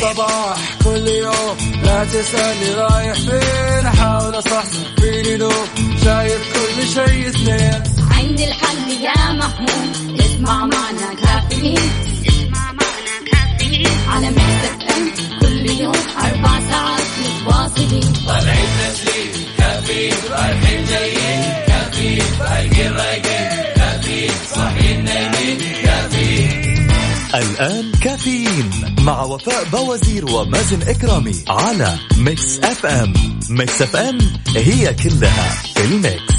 الصباح كل يوم لا تسألني رايح فين أحاول أصحصح فيني لو شايف كل شيء سنين عندي الحل يا محمود اسمع معنا كافيين على ميكس اف ام كل يوم 4 ساعات متواصلين طالعين تسليم كافيين رايحين جايين كافيين فايقين رايقين كافيين صاحيين نايمين كافيين. الآن كافيين مع وفاء بوازير ومازن إكرامي على ميكس اف ام. ميكس اف ام هي كلها في الميكس.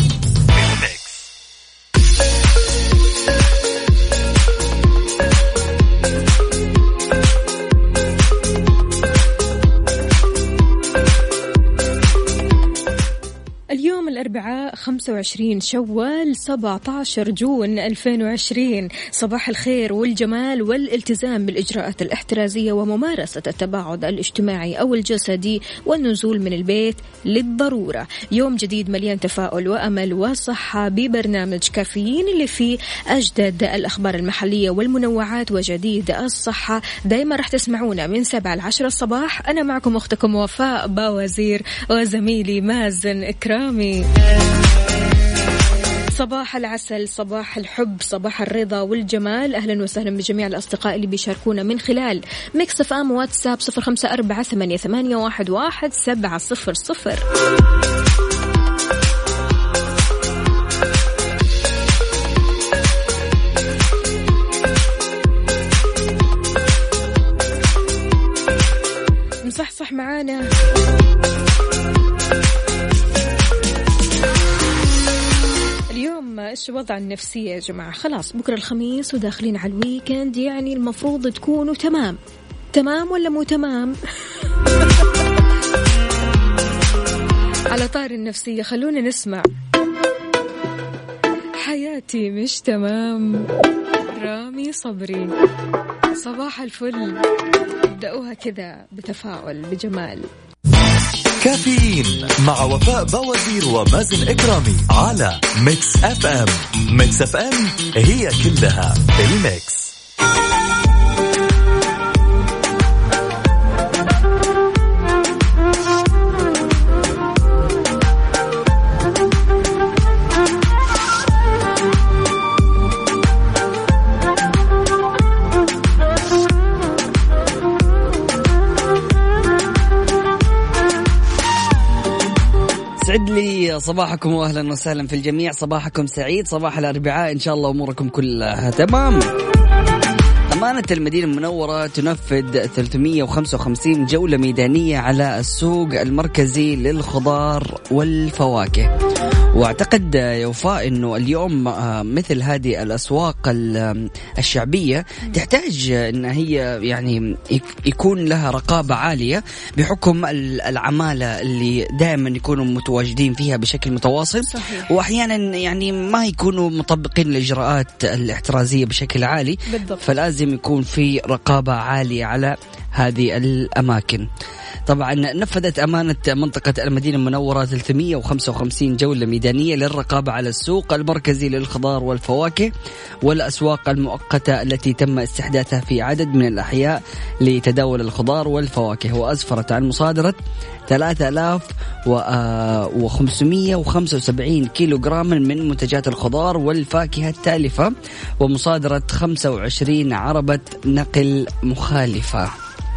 اليوم الأربعاء 25 شوال 17 جون 2020. صباح الخير والجمال والالتزام بالإجراءات الاحترازية وممارسة التباعد الاجتماعي أو الجسدي والنزول من البيت للضرورة. يوم جديد مليان تفاؤل وأمل وصحة ببرنامج كافيين اللي فيه أجدد الأخبار المحلية والمنوعات وجديد الصحة. دايما رح تسمعونا من 7 ل 10 الصباح. أنا معكم أختكم وفاء باوزير وزميلي مازن إكرامي. صباح العسل، صباح الحب، صباح الرضا والجمال. أهلا وسهلا بجميع الأصدقاء اللي بيشاركونا من خلال ميكس اف ام واتساب 0548811700. مصحصح معانا. إيش وضع النفسية يا جماعة؟ خلاص بكرة الخميس وداخلين على الويكند، يعني المفروض تكونوا تمام ولا مو تمام؟ على طار النفسية خلونا نسمع حياتي مش تمام رامي صبري. صباح الفل، ابدأوها كذا بتفاؤل بجمال. كافيين مع وفاء بوازير ومازن إكرامي على ميكس اف ام. ميكس اف ام هي كلها الميكس. سعد لي صباحكم واهلا وسهلا في الجميع. صباحكم سعيد، صباح الأربعاء إن شاء الله أموركم كلها تمام. أمانة المدينة المنورة تنفذ 355 جولة ميدانية على السوق المركزي للخضار والفواكه. واعتقد يا وفاء انه اليوم مثل هذه الاسواق الشعبيه تحتاج ان هي يعني يكون لها رقابه عاليه بحكم العماله اللي دائما يكونوا متواجدين فيها بشكل متواصل. صحيح. واحيانا يعني ما يكونوا مطبقين الاجراءات الاحترازيه بشكل عالي. بالضبط. فلازم يكون في رقابه عاليه على هذه الاماكن. طبعا نفذت أمانة منطقة المدينة المنورة 355 جولة ميدانية للرقابة على السوق المركزي للخضار والفواكه والأسواق المؤقتة التي تم استحداثها في عدد من الأحياء لتداول الخضار والفواكه، وأسفرت عن مصادرة 3575 كيلوغراما من منتجات الخضار والفاكهة التالفة، ومصادرة 25 عربة نقل مخالفة.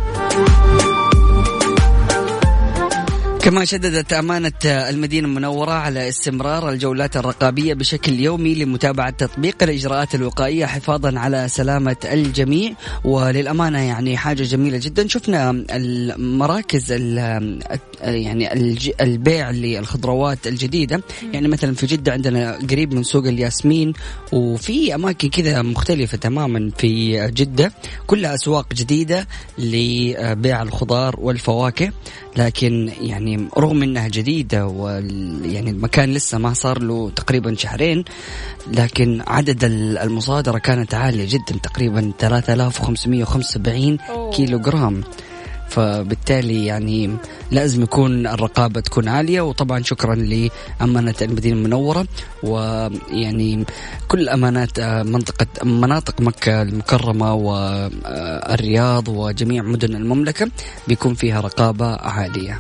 كما شددت أمانة المدينة المنورة على استمرار الجولات الرقابية بشكل يومي لمتابعة تطبيق الإجراءات الوقائية حفاظا على سلامة الجميع. وللأمانة يعني حاجة جميلة جدا. شفنا المراكز يعني البيع للخضروات الجديدة، يعني مثلا في جدة عندنا قريب من سوق الياسمين، وفي أماكن كذا مختلفة تماما في جدة كلها أسواق جديدة لبيع الخضار والفواكه. لكن يعني رغم أنها جديدة يعني المكان لسه ما صار له تقريبا شهرين، لكن عدد المصادرة كانت عالية جدا، تقريبا 3575 كيلوغرام. فبالتالي يعني لازم يكون الرقابة تكون عالية. وطبعا شكرا لأمانة المدينة المنورة، ويعني كل أمانات مناطق مكة المكرمة والرياض وجميع مدن المملكة بيكون فيها رقابة عالية.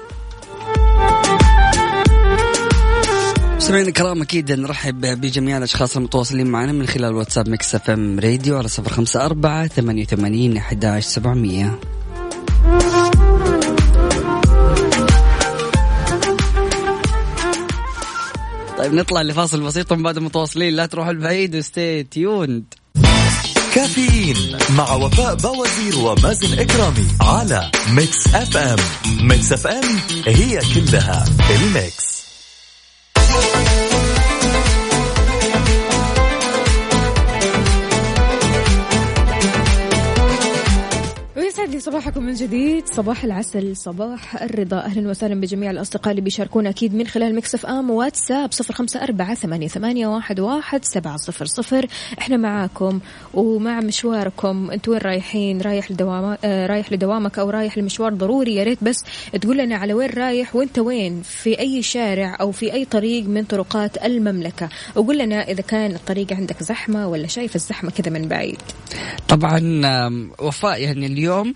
سمعنا الكرام، أكيد نرحب بجميع الأشخاص المتواصلين معنا من خلال واتساب ميكس اف ام راديو على 0548811700. طيب نطلع لفاصل بسيط بعد متواصلين، لا تروحوا البعيد وستي تيوند. كافيين مع وفاء بوازير ومازن إكرامي على ميكس اف ام. ميكس اف ام هي كلها الميكس. يسعد صباحكم من جديد، صباح العسل، صباح الرضا. أهلا وسهلا بجميع الأصدقاء اللي بيشاركونا أكيد من خلال ميكس اف ام واتساب 0548811700. احنا معاكم ومع مشواركم. انتوا وين رايحين؟ رايح لدوامك أو رايح لمشوار ضروري؟ يا ريت بس تقول لنا على وين رايح وانت وين، في أي شارع أو في أي طريق من طرقات المملكة، وقول لنا إذا كان الطريق عندك زحمة ولا شايف الزحمة كذا من بعيد. طبعا وفاء يعني اليوم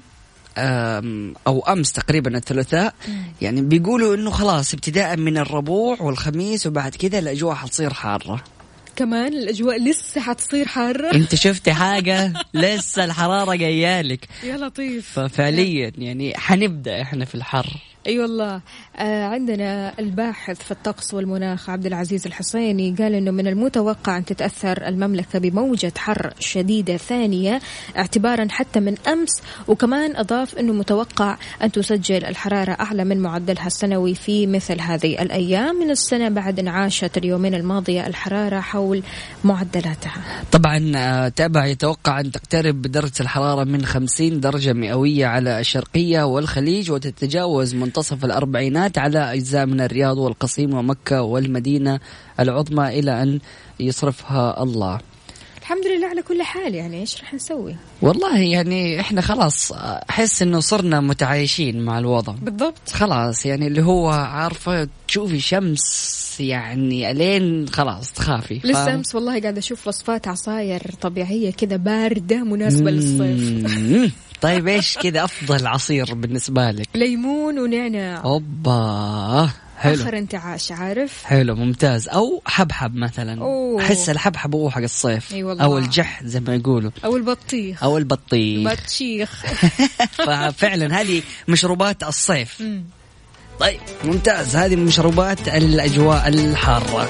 أو أمس تقريبا الثلاثاء يعني بيقولوا إنه خلاص ابتداء من الربوع والخميس وبعد كده الأجواء حتصير حارة. كمان الأجواء لسه حتصير حارة. أنت شفتي حاجة؟ لسه الحرارة جايالك يا لطيف. ففعليا يعني حنبدأ إحنا في الحر. أي والله. عندنا الباحث في الطقس والمناخ عبد العزيز الحسيني قال إنه من المتوقع أن تتأثر المملكة بموجة حر شديدة ثانية اعتبارا حتى من أمس، وكمان أضاف إنه متوقع أن تسجل الحرارة أعلى من معدلها السنوي في مثل هذه الأيام من السنة بعد أن عاشت اليومين الماضية الحرارة حول معدلاتها. طبعا تابع يتوقع أن تقترب درجة الحرارة من 50 درجة مئوية على الشرقية والخليج، وتتجاوز منتصف الأربعينات على أجزاء من الرياض والقصيم ومكة والمدينة العظمى إلى أن يصرفها الله. الحمد لله على كل حال. يعني إيش رح نسوي؟ والله يعني إحنا خلاص أحس إنه صرنا متعايشين مع الوضع. بالضبط. خلاص يعني اللي هو عارفة تشوفي شمس يعني ألين خلاص تخافي. لسه أمس والله قاعدة أشوف وصفات عصاير طبيعية كذا باردة مناسبة للصيف. طيب إيش كذا أفضل عصير بالنسبة لك؟ ليمون ونعناع. أوبا حلو. آخر انتعاش عارف. حلو ممتاز. أو حبحب مثلا. أحس الحبحب هو حق الصيف. أو الجح زي ما يقولوا. أو البطيخ. أو البطيخ. بطيخ. ففعلا هذه مشروبات الصيف. طيب ممتاز، هذه مشروبات الأجواء الحارة.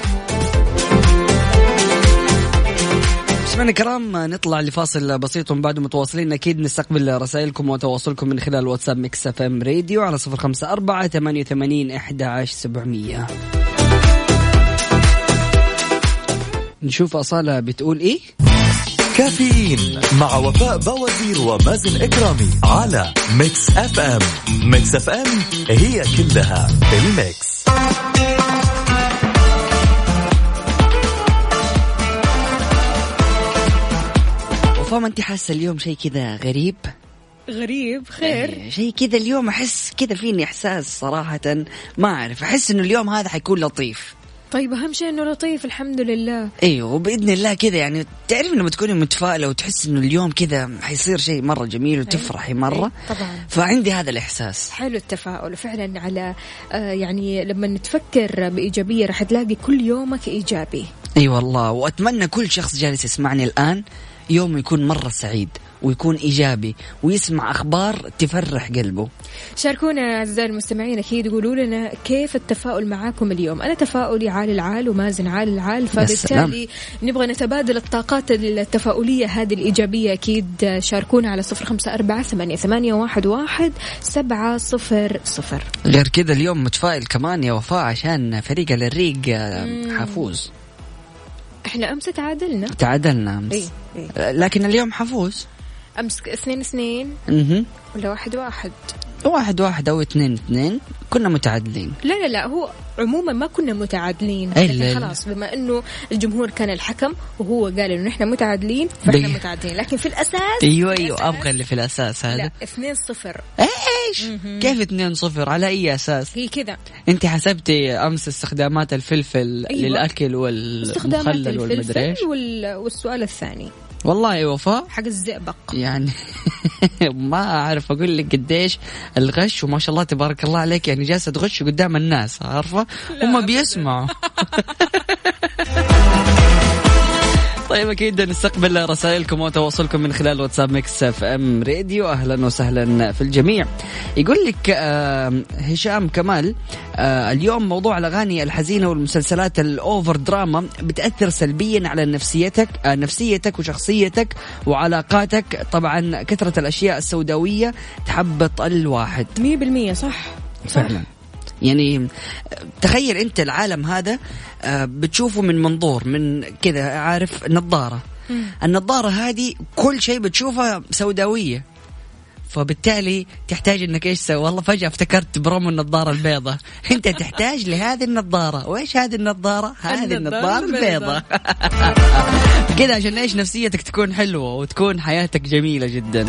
مستمعينا الكرام نطلع لفاصل بسيط وبعد متواصلين أكيد نستقبل رسائلكم وتواصلكم من خلال واتساب ميكس اف ام راديو على 0548811700. نشوف أصالة بتقول إيه. كافيين مع وفاء بوازير ومازن إكرامي على ميكس اف ام. ميكس اف ام هي كلها الميكس. فما أنت حاسة اليوم شيء كذا غريب خير شيء كذا اليوم؟ أحس كذا فيني إحساس صراحة ما أعرف، أحس إنه اليوم هذا حيكون لطيف. طيب أهم شيء إنه لطيف الحمد لله. أيوه وبإذن الله كذا يعني تعرف لما تكوني متفائلة وتحس إنه اليوم كذا حيصير شيء مرة جميل وتفرحي مرة. طبعا. فعندي هذا الإحساس. حلو التفاؤل فعلا. على يعني لما نتفكر بإيجابية راح تلاقي كل يومك إيجابي. أي والله. وأتمنى كل شخص جالس يسمعني الآن يوم يكون مرة سعيد ويكون إيجابي ويسمع أخبار تفرح قلبه. شاركونا أعزائي المستمعين أكيد، يقولوا لنا كيف التفاؤل معاكم اليوم. أنا تفاؤلي عالي العال ومازن عالي العال، فبالتالي نبغى نتبادل الطاقات التفاؤلية هذه الإيجابية. أكيد شاركونا على 0548811700. غير كذا اليوم متفائل كمان يا وفاء عشان فريق الريق حفوز. احنا أمس تعادلنا أمس. إيه. لكن اليوم حفوز. أمس 2-2 ولا 1-1؟ 1-1 أو 2-2 كنا متعادلين. لا هو عموما ما كنا متعادلين، لكن خلاص بما انه الجمهور كان الحكم وهو قال انه احنا متعادلين فاحنا متعادلين، لكن في الاساس ايوه ابغى اللي في الاساس هذا. لا 2-0. ايش كيف 2-0 على اي اساس؟ هي كذا. انت حسبتي امس استخدامات الفلفل للاكل والمخلل والمدري ايش والسؤال الثاني والله وفاء حق الزئبق يعني ما أعرف أقول لك قديش الغش، وما شاء الله تبارك الله عليك، يعني جالسة تغش قدام الناس عارفة هم بيسمعوا. طيب أكيد نستقبل رسائلكم وتواصلكم من خلال واتساب ميكس اف ام راديو. أهلا وسهلا في الجميع. يقول لك هشام كمال اليوم موضوع الأغاني الحزينة والمسلسلات الأوفر دراما بتأثر سلبيا على نفسيتك وشخصيتك وعلاقاتك. طبعا كثرة الأشياء السوداوية تحبط الواحد. 100% صح فعلا. يعني تخيل أنت العالم هذا بتشوفه من منظور من كذا، عارف نظارة، النظارة هذه كل شيء بتشوفها سوداوية، فبالتالي تحتاج انك ايش تسوي؟ والله فجأة افتكرت برومو النظارة البيضاء. انت تحتاج لهذه النظارة. وايش هذه النظارة؟ هذه النظارة البيضاء. كذا عشان ايش؟ نفسيتك تكون حلوة وتكون حياتك جميلة جدا.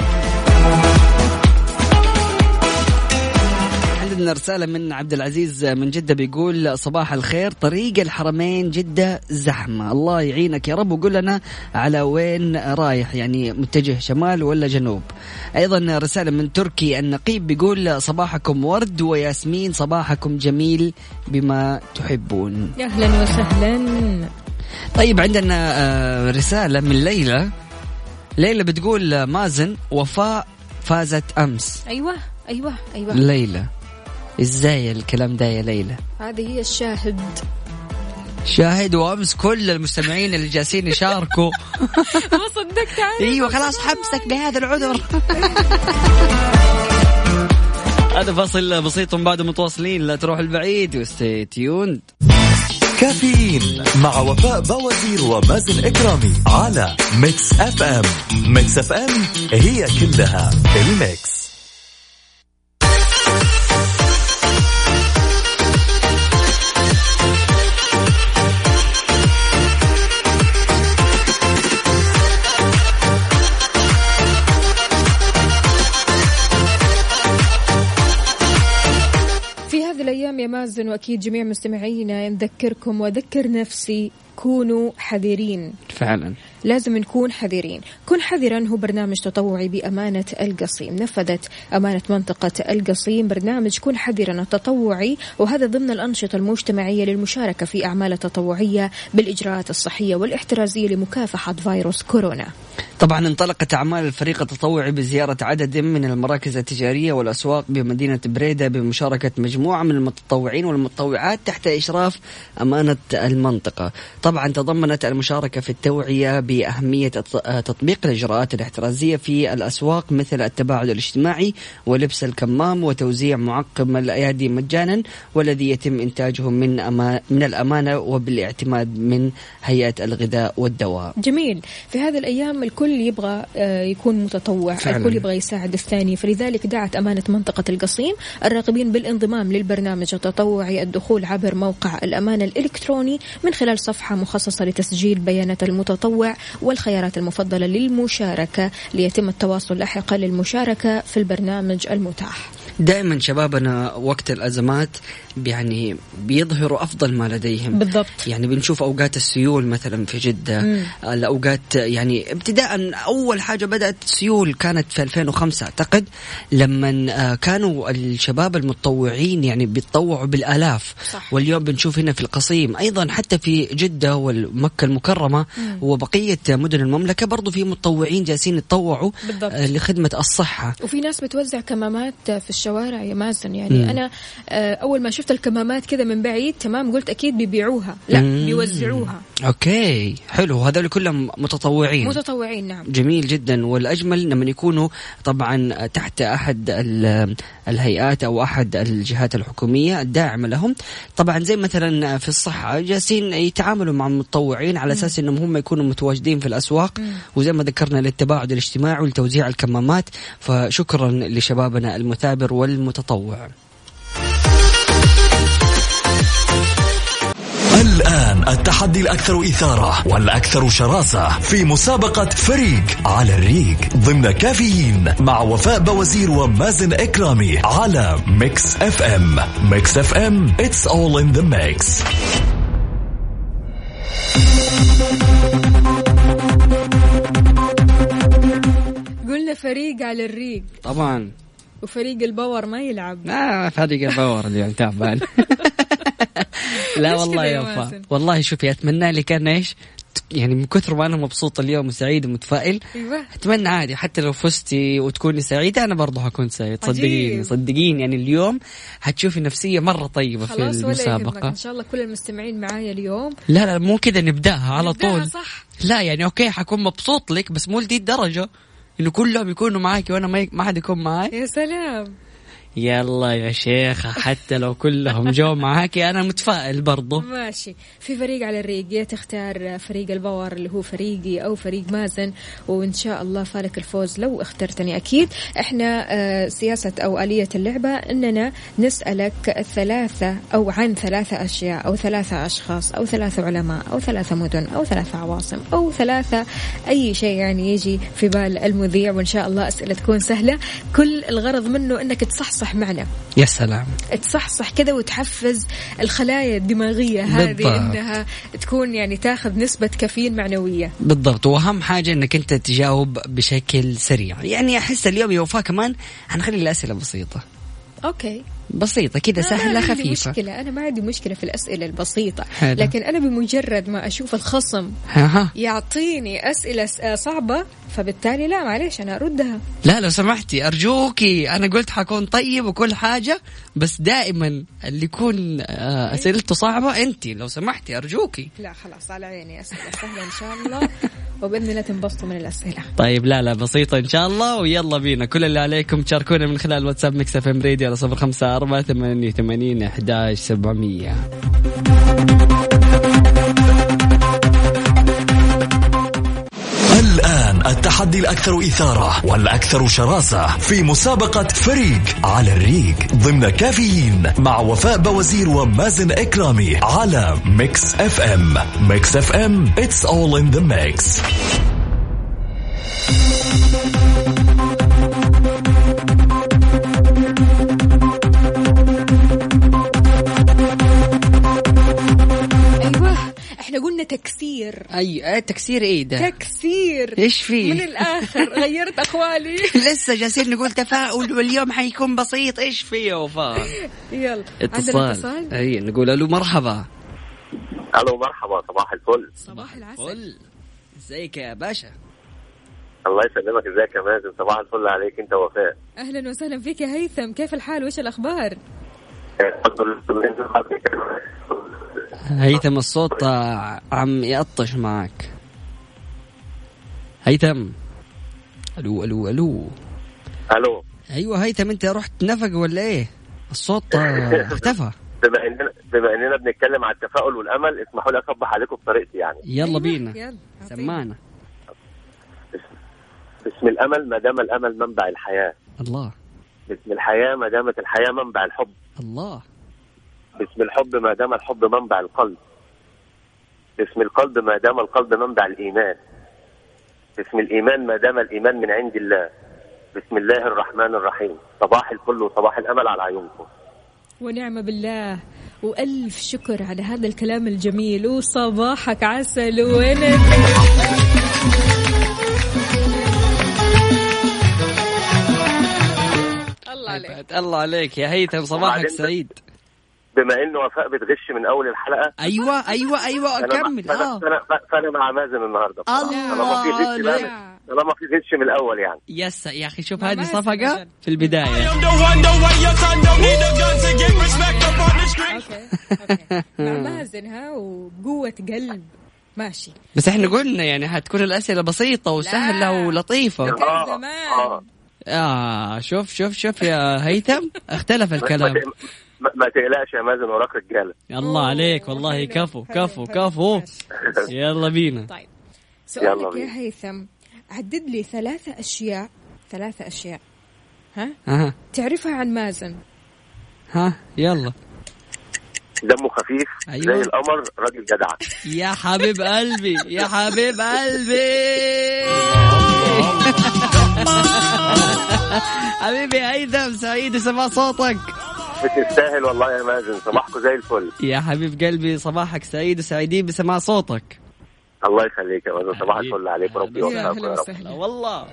عندنا رسالة من عبد العزيز من جدة بيقول صباح الخير، طريق الحرمين جدة زحمة، الله يعينك يا رب، وقول لنا على وين رايح، يعني متجه شمال ولا جنوب. أيضا رسالة من تركي النقيب بيقول صباحكم ورد وياسمين، صباحكم جميل بما تحبون. أهلا وسهلا. طيب عندنا رسالة من ليلى بتقول مازن وفاء فازت أمس. أيوة ليلى ازاي الكلام ده يا ليلى؟ هذه هي شاهد وامس كل المستمعين اللي جالسين يشاركوا ما صدقت عليه. ايوه خلاص حبسك بهذا العذر. هذا فاصل بسيط بعد متواصلين، لا تروح البعيد وستي تيوند. كافيين مع وفاء بوازير ومازن إكرامي على ميكس اف ام. ميكس اف ام هي كلها الميكس. الأيام يا مازن وأكيد جميع مستمعينا نذكركم وذكر نفسي، كونوا حذرين. فعلا لازم نكون حذرين. كن حذرا هو برنامج تطوعي بأمانة القصيم. نفذت أمانة منطقة القصيم برنامج كن حذرا التطوعي، وهذا ضمن الأنشطة المجتمعية للمشاركة في أعمال تطوعية بالإجراءات الصحية والاحترازية لمكافحة فيروس كورونا. طبعا انطلقت أعمال الفريق التطوعي بزيارة عدد من المراكز التجارية والأسواق بمدينة بريدة بمشاركة مجموعة من المتطوعين والمتطوعات تحت إشراف أمانة المنطقة. طبعا تضمنت المشاركة في التوعية بأهمية تطبيق الإجراءات الاحترازية في الأسواق مثل التباعد الاجتماعي ولبس الكمام وتوزيع معقم الأيادي مجانا، والذي يتم إنتاجه من الأمانة وبالاعتماد من هيئة الغذاء والدواء. جميل. في هذه الأيام الكل يبغى يكون متطوع فعلا. الكل يبغى يساعد الثاني، فلذلك دعت أمانة منطقة القصيم الراغبين بالانضمام للبرنامج التطوعي الدخول عبر موقع الأمانة الإلكتروني من خلال صفحة مخصصة لتسجيل بيانات المتطوع والخيارات المفضلة للمشاركة، ليتم التواصل لاحقا للمشاركة في البرنامج المتاح. دائما شبابنا وقت الأزمات يعني بيظهروا أفضل ما لديهم. بالضبط. يعني بنشوف أوقات السيول مثلا في جدة، الأوقات يعني ابتداء أول حاجة بدأت السيول كانت في 2005 أعتقد، لما كانوا الشباب المتطوعين يعني بيتطوعوا بالآلاف. صح. واليوم بنشوف هنا في القصيم أيضا، حتى في جدة والمكة المكرمة وبقية مدن المملكة برضو في متطوعين جالسين يتطوعوا لخدمة الصحة. وفي ناس بتوزع كمامات في الشوارع يا مازن. يعني أنا أول ما شفت الكمامات كذا من بعيد تمام قلت أكيد بيبيعوها، لا بيوزعوها. أوكي حلو، هذول كلهم متطوعين. نعم. جميل جدا. والأجمل لما يكونوا طبعا تحت أحد الهيئات أو أحد الجهات الحكومية الداعمة لهم. طبعا زي مثلا في الصحة جالسين يتعاملوا مع المتطوعين على أساس أنهم هم يكونوا متواجدين في الأسواق، وزي ما ذكرنا للتباعد الاجتماعي ولتوزيع الكمامات. فشكرا لشبابنا المثابر والمتطوع. الآن التحدي الأكثر إثارة والأكثر شراسة في مسابقة فريق على الريق ضمن كافيين مع وفاء بوزير ومازن إكرامي على ميكس اف ام. ميكس اف ام it's all in the mix. قلنا فريق على الريق طبعا، وفريق الباور ما يلعب. فريق الباور اليوم تعبان. لا والله يا وفاء، والله شوفي أتمنى لي كان إيش يعني من كثر ما أنا مبسوط اليوم وسعيد ومتفائل. أيوة. أتمنى عادي حتى لو فزتي وتكوني سعيدة أنا برضو هكون سعيد. صدقين يعني اليوم هتشوفي نفسية مرة طيبة في المسابقة. إن شاء الله كل المستمعين معايا اليوم. لا مو كذا نبدأها على طول. صح. لا يعني أوكي حكون مبسوط لك بس مو لدي الدرجة إنه كلهم يكونوا معاكي وأنا ما حد يكون معاي. يا سلام. يلا يا شيخ حتى لو كلهم جو معاكي أنا متفائل برضو. ماشي. في فريق على الريق، يا تختار فريق الباور اللي هو فريقي أو فريق مازن، وإن شاء الله فالك الفوز لو اخترتني. أكيد إحنا سياسة أو آلية اللعبة إننا نسألك ثلاثة أو عن ثلاثة أشياء أو ثلاثة أشخاص أو ثلاثة علماء أو ثلاثة مدن أو ثلاثة عواصم أو ثلاثة أي شيء يعني يجي في بال المذيع، وإن شاء الله أسئلة تكون سهلة. كل الغرض منه إنك تصحصح معنا. يا سلام. تصحصح كذا وتحفز الخلايا الدماغية هذه إنها تكون يعني تاخذ نسبة كافيين معنوية. بالضبط. وأهم حاجة إنك أنت تجاوب بشكل سريع. يعني أحس اليوم يا وفاء كمان هنخلي الأسئلة بسيطة. أوكي. بسيطة كده سهلة خفيفة. مشكلة أنا ما عندي مشكلة في الأسئلة البسيطة. حلو. لكن أنا بمجرد ما أشوف الخصم يعطيني أسئلة صعبة فبالتالي لا معليش أنا أردها. لا لو سمحتي أرجوكي، أنا قلت حكون طيب وكل حاجة بس دائما اللي يكون أسئلته صعبة أنتي لو سمحتي أرجوكي. لا خلاص على عيني، أسئلة سهلة إن شاء الله وبإذن الله تنبسطوا من الأسئلة. طيب لا بسيطة إن شاء الله. ويلا بينا كل اللي عليكم تشاركونا من خلال واتساب ميكس اف ام راديو على 0548811700. الآن التحدي الأكثر إثارة والأكثر شراسة في مسابقة فريق على الريق ضمن كافيين مع وفاء بوزير ومازن إكرامي على ميكس اف ام. ميكس اف ام it's all in the mix. احنا قلنا تكسير. اي تكسير ايه ده؟ تكسير ايش فيه؟ من الاخر غيرت اقوالي. لسه جالسين نقول تفاؤل واليوم حيكون بسيط. ايش فيه يا وفاء؟ يلا اتصال. اي نقول الو مرحبا. الو مرحبا، صباح الفل. صباح العسل. ازيك يا باشا؟ الله يسلمك. ازيك يا مازن؟ صباح الفل عليك انت وفاء. اهلا وسهلا فيك يا هيثم، كيف الحال وايش الاخبار؟ هيثم الصوت عم يقطش معك. هيثم. الو ايوه هيثم، انت رحت نفق ولا ايه؟ الصوت اختفى. بما اننا بنتكلم على التفاؤل والامل، اسمحوا لي اصبح عليكم بطريقتي يعني. يلا بينا سمعنا. باسم الامل ما دام الامل منبع الحياه. الله. باسم الحياه ما دامت الحياه منبع الحب. الله. باسم الحب ما دام الحب منبع القلب. باسم القلب ما دام القلب منبع الإيمان. باسم الإيمان ما دام الإيمان من عند الله. بسم الله الرحمن الرحيم. صباح الفل وصباح الأمل على عيونكم. ونعم بالله، وألف شكر على هذا الكلام الجميل، وصباحك عسل ونبي. الله عليك يا هيثم، صباحك سعيد. بما انه وفاء بتغش من اول الحلقه. ايوه اكمل. فانا مع مازن النهارده. طالما في غش من الاول يعني. يس يا اخي شوف هذه صفقه في البدايه. اوكي مع مازن وقوه قلب ماشي. بس احنا قلنا يعني هتكون الأسئلة بسيطة وسهلة ولطيفة. شوف يا هيثم اختلف الكلام. ما تقلقش يا مازن، وراك رجالة. الله عليك والله. كفو. يلا بينا. طيب سؤالك يا هيثم، عدد لي ثلاثة أشياء ها تعرفها عن مازن. يلا. دمه خفيف. أيوة. زي القمر، راجل جدع. يا حبيب قلبي حبيبي هيثم، سعيد سمع صوتك. بتستاهل والله يا مازن، صباحكم زي الفل. يا حبيب قلبي صباحك سعيد وسعيدين بسماع صوتك. الله يخليك يا مازن، صباح الفل عليك وربي يوفقك. والله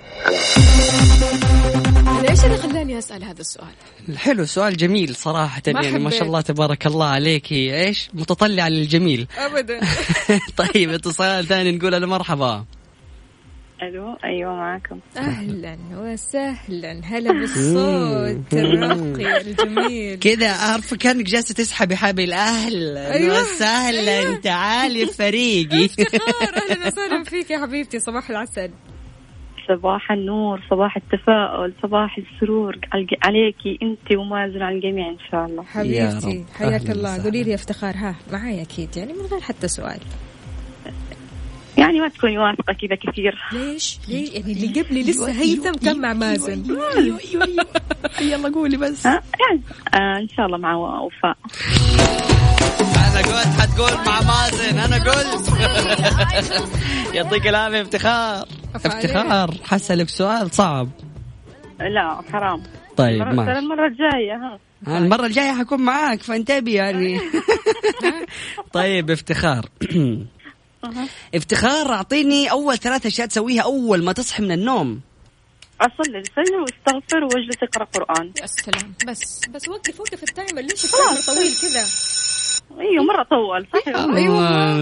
أنا إيش اللي خلاني أسأل هذا السؤال؟ حلو، سؤال جميل صراحة يعني ما شاء الله تبارك الله عليك. إيش متطلع للجميل أبدا. طيب اتصال ثاني، نقول له مرحبا. ألو، أيوة معكم. أهلا وسهلا، هلا بالصوت الرقي الجميل كذا. أعرف كأنك جالسة تسحبي حبل. أهلا وسهلا، تعالي فريقي. أهلا وسهلا فيك يا حبيبتي، صباح العسل. صباح النور، صباح التفاؤل، صباح السرور عليكي أنت ومازن، على الجميع إن شاء الله. حبيبتي حياك الله. قولي لي يا افتخار، معايا أكيد يعني من غير حتى سؤال. يعني ما تكوني واثقة كذا كثير. ليش يعني اللي قبلي لسه هيثم كان مع مازن. أيوة. يلا قولي بس. يعني إن شاء الله مع وفاء. أنا قلت حتقول مع مازن، أنا قلت. يعطيك العافية افتخار. حسألك سؤال صعب. لا حرام. طيب ماشي، المرة الجاية المرة الجاية حكون معاك فانتبه يعني. طيب افتخار. افتخار، أعطيني أول 3 أشياء تسويها أول ما تصحي من النوم. أصلي الفجر واستغفر واجلس أقرأ قرآن. يا سلام. بس وقف التايمر. ليش التايمر طويل كذا؟ أيوة مرة طول. صحيح. أيوة.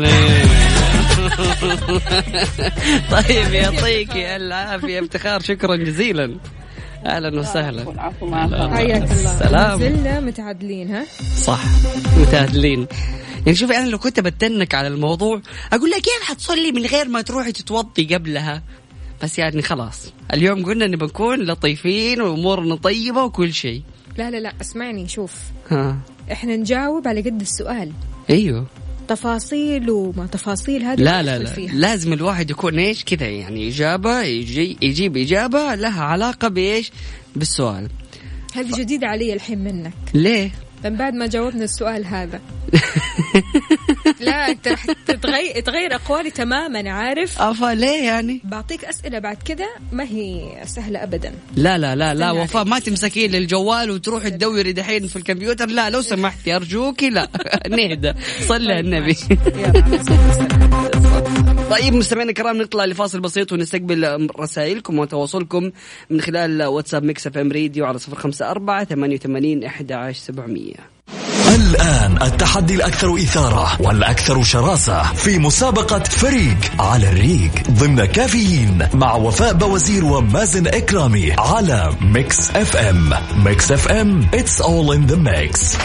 طيب يعطيك العافية افتخار، شكرا جزيلا. أهلا وسهلا. حياك الله. سلام. زلنا متعادلين. صح متعادلين. يعني شوفي، أنا لو كنت بتنك على الموضوع أقول لك كيف حتصلي من غير ما تروحي تتوضي قبلها، بس يعني خلاص اليوم قلنا إن بنكون لطيفين وأمورنا طيبة وكل شيء. لا اسمعني، شوف إحنا نجاوب على قد السؤال. أيوه، تفاصيل وما تفاصيل هذه لا لازم الواحد يكون إيش كذا، يعني إجابة يجيب إجابة لها علاقة بإيش بالسؤال. هذه جديدة علي الحين منك. ليه؟ من بعد ما جاوبنا السؤال هذا. لا انت رح تغير اقوالي تماما، عارف؟ ليه يعني؟ بعطيك اسئله بعد كده ما هي سهله ابدا. لا وفاء، ما تمسكين للجوال وتروح تدوري دحين في الكمبيوتر. لا لو سمحتي ارجوكي، لا نهدى، صلي على النبي. طيب مستمعينا الكرام، نطلع لفاصل بسيط ونستقبل رسائلكم وتواصلكم من خلال واتساب ميكس اف ام راديو على 0548811700. الآن التحدي الأكثر إثارة والأكثر شراسة في مسابقة فريق على الريق ضمن كافيين مع وفاء بوزير ومازن إكرامي على ميكس اف ام. ميكس اف ام it's all in the mix.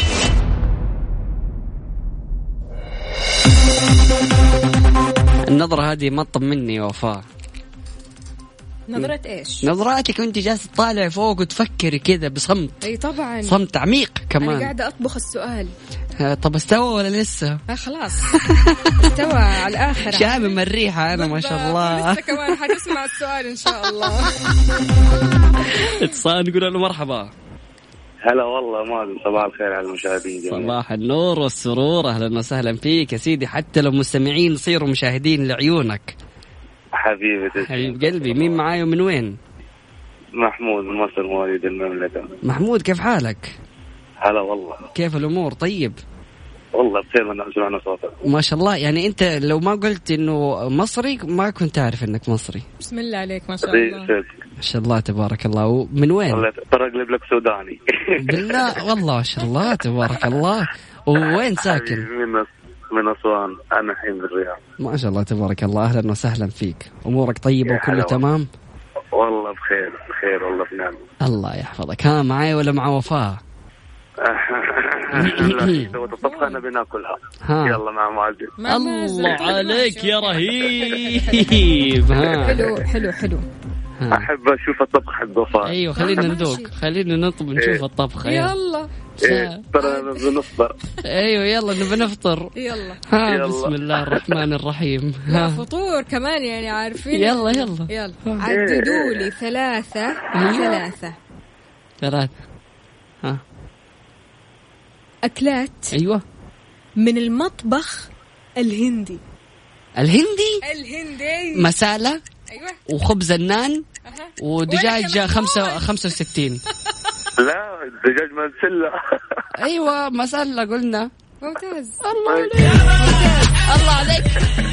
النظرة هذه ما تطمني يا وفاء. نظرة ايش؟ نظراتك وانت جالسة تطالع فوق وتفكري كذا بصمت. اي طبعا صمت عميق كمان. انا قاعدة اطبخ السؤال. طب استوى ولا لسه؟ خلاص استوى على الاخر. شامم الريحة انا ما شاء الله. لسه كمان حنسمع السؤال ان شاء الله. اتصال نقول له مرحبا. هلا والله مازن، صباح الخير على المشاهدين جميعا. صباح النور والسرور، اهلا وسهلا فيك يا سيدي. حتى لو مستمعين يصيروا مشاهدين لعيونك. حبيب قلبي. مين معاي ومن وين؟ محمود من مصر، مواليد المملكة. محمود كيف حالك؟ هلا والله. كيف الأمور؟ طيب والله بخير، من سمعنا صوتك ما شاء الله. يعني أنت لو ما قلت إنه مصري ما كنت أعرف إنك مصري. بسم الله عليك ما شاء الله. ما شاء الله تبارك الله. ومن وين؟ والله ترى أقلب لك سوداني. بالله والله ما شاء الله تبارك الله. ووين ساكن؟ من أسوان. أنا الحين بالرياض. ما شاء الله تبارك الله. أهلا وسهلا فيك. أمورك طيبة وكله تمام؟ والله بخير والله بنعم. الله يحفظك. معي ولا مع وفاء؟ لو تطبخ أنا بناكلها. يلا مع معزز. الله عليك يا رهيب. حلو. أحب أشوف الطبخ حق وفاء. أيوة خلينا نذوق، خلينا نطلب نشوف الطبخ. يلا ترى بنفطر. أيوة يلا نبي نفطر. يلا بسم الله الرحمن الرحيم. فطور كمان يعني عارفين. يلا عددوا لي ثلاثة. أكلات. أيوة من المطبخ الهندي. مسالة. أيوة. وخبز النان. ودجاج 65. لا دجاج مسلة. أيوة مسلة قلنا. ممتاز. الله عليك.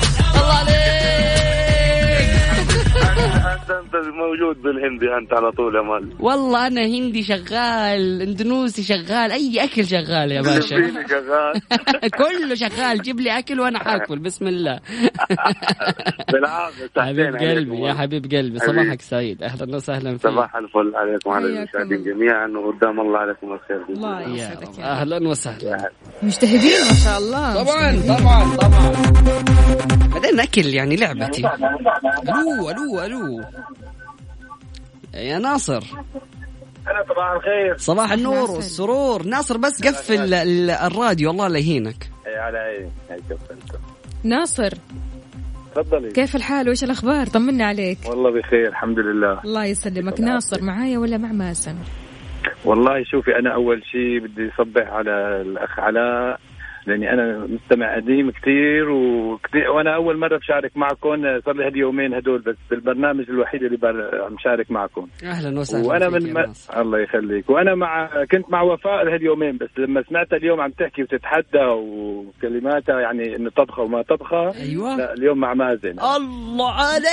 أنت موجود بالهندي أنت على طول يا مال. والله أنا هندي شغال، اندونوسي شغال، أي أكل شغال يا باشا. شغال. كله شغال، جيب لي أكل وأنا حاكل بسم الله. بالعافية. حبيب قلبي يا حبيب قلبي، صباحك سعيد، أهلا وسهلا فيك. صباح الفل عليكم وعلى المشاهدين جميعا، وقدام الله عليكم الخير. الله يسعدك. أهلا وسهلا. مجتهدين ما شاء الله. طبعا. بعدين أكل يعني لعبتي. ألو يا ناصر. صباح الخير. صباح النور والسرور. ناصر بس قفل الراديو الله لا يهينك. على ناصر تفضلي. كيف الحال وإيش الأخبار؟ طمنا عليك. والله بخير الحمد لله. الله يسلمك. ناصر معايا ولا مع مازن؟ والله شوفي أنا أول شيء بدي أصبح على الأخ علاء، لأني أنا مستمع قديم كتير وأنا أول مرة بشارك معكم، صار لي هدي يومين هدول بس بالبرنامج الوحيد اللي مشارك معكم. أهلا وسهلا. وأنا الله يخليك. وأنا كنت مع وفاء هدي يومين بس لما سمعت اليوم عم تحكي وتتحدى وكلماتها يعني إنه طبخة وما طبخة. أيوة. لا اليوم مع مازن. الله عليك.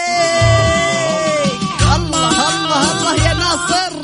الله يا ناصر.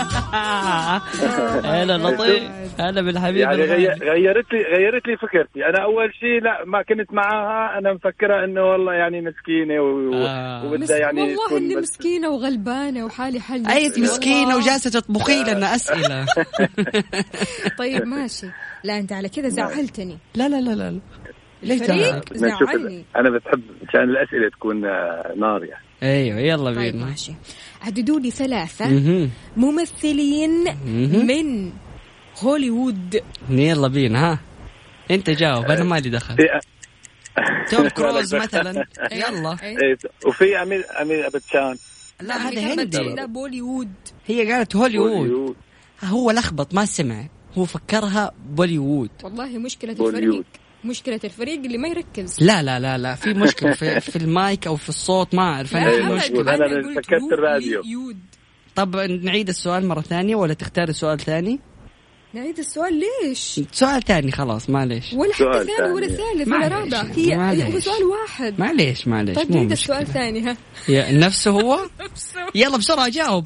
هلا لطيف. هلا بالحبيب. يعني غيرت لي فكرتي. أنا أول شيء لا ما كنت معاها، أنا مفكرة إنه والله يعني مسكينة وبدها يعني والله إني مسكينة وغلبانة وحالي حل. أيت مسكينة وجالسة تطبخي لنا أسئلة. طيب ماشي. لا أنت على كذا زعلتني. لا ليش زعلني؟ أنا بتحب عشان الأسئلة تكون نار يعني. أيوة يلا طيب بينا. ماشي. عددوا لي ثلاثة ممثلين من هوليوود. يلا بينا. أنت جاوب أنا ما لي دخل. توم كروز مثلا. يلا. وفي أمير أبتشان. لا هذا هندي. لا بوليوود. هي قالت هوليوود. هو لخبط ما سمع، هو فكرها بوليوود. والله مشكلة الفريق اللي ما يركز. لا في مشكلة في المايك أو في الصوت ما أعرف أنا في مشكلة. أنا سكرت الراديو. طب نعيد السؤال مرة ثانية ولا تختار سؤال ثاني؟ نعيد السؤال ليش؟ سؤال ثاني خلاص معليش. ولا حتى ثاني ولا ثالث ولا رابع. هو سؤال واحد. معليش. طيب نعيد السؤال ثاني. ها نفسه هو. يلا بسرعة جاوب.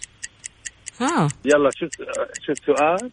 يلا شو السؤال؟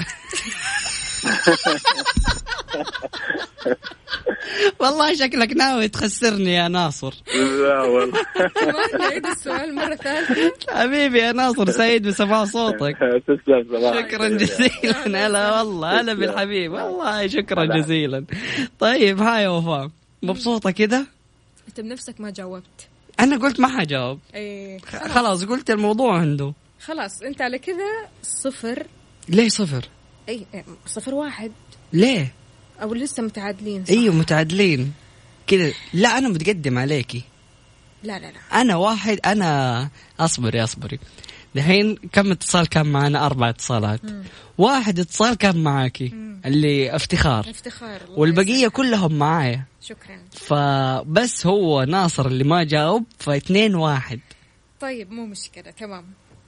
والله شكلك ناوي تخسرني يا ناصر. لا والله. نعيد السؤال مرة ثالثة. حبيبي يا ناصر سعيد بسماع صوتك. تسلم صباح. شكرا جزيلا. هلا والله هلا بالحبيب والله شكرا جزيلا. طيب هاي وفاء مبسوطة كده؟ أنت بنفسك ما جاوبت. أنا قلت ما حجاوب. خلاص قلت الموضوع عنده. خلاص أنت على كذا 0. ليه 0؟ 0-1. ليه؟ أو لسه متعادلين؟ أيوة متعادلين كده. لا أنا متقدم عليكي. لا أنا واحد. أنا أصبري دحين كم اتصال كان معنا؟ 4 اتصالات. 1 اتصال كان معاكي اللي افتخار والبقية كلهم معايا. شكرا. فبس هو ناصر اللي ما جاوب 2-1. طيب مو مشكلة تمام.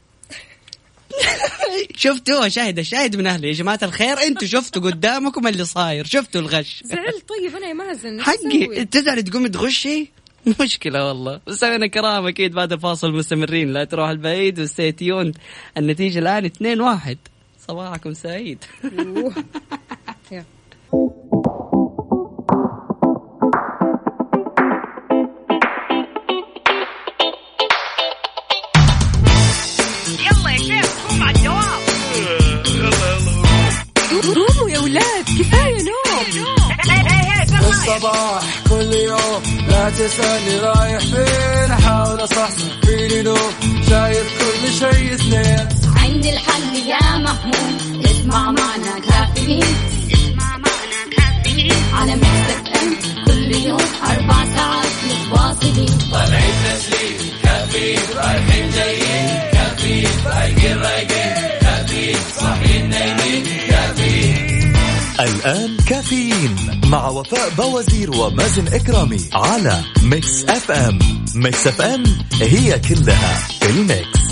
شفتوا شاهد من أهلي يا جماعة الخير. أنتوا شفتوا قدامكم اللي صاير، شفتوا الغش. زعلت. طيب أنا مازن حقي تزعل تقومي تغشي مشكلة والله. سوينا كرامة أكيد بعد الفاصل مستمرين، لا تروح البعيد وستيون. النتيجة الآن 2-1. صباحكم سعيد. قوموا يا الصباح كل يوم لا تسألني رايح فين أحاول أصحصح فيني لو شايف كل شيء سنين عندي الحل يا محمود اسمع معنا كافيين على ميكس اف ام كل يوم 4 ساعات متواصلين طالعين تسليم كافيين رايحين جايين كافيين فايقين رايقين كافيين صاحيين نايمين كافيين. الآن كافيين مع وفاء بوازير ومازن إكرامي على ميكس اف ام. ميكس اف ام هي كلها الميكس.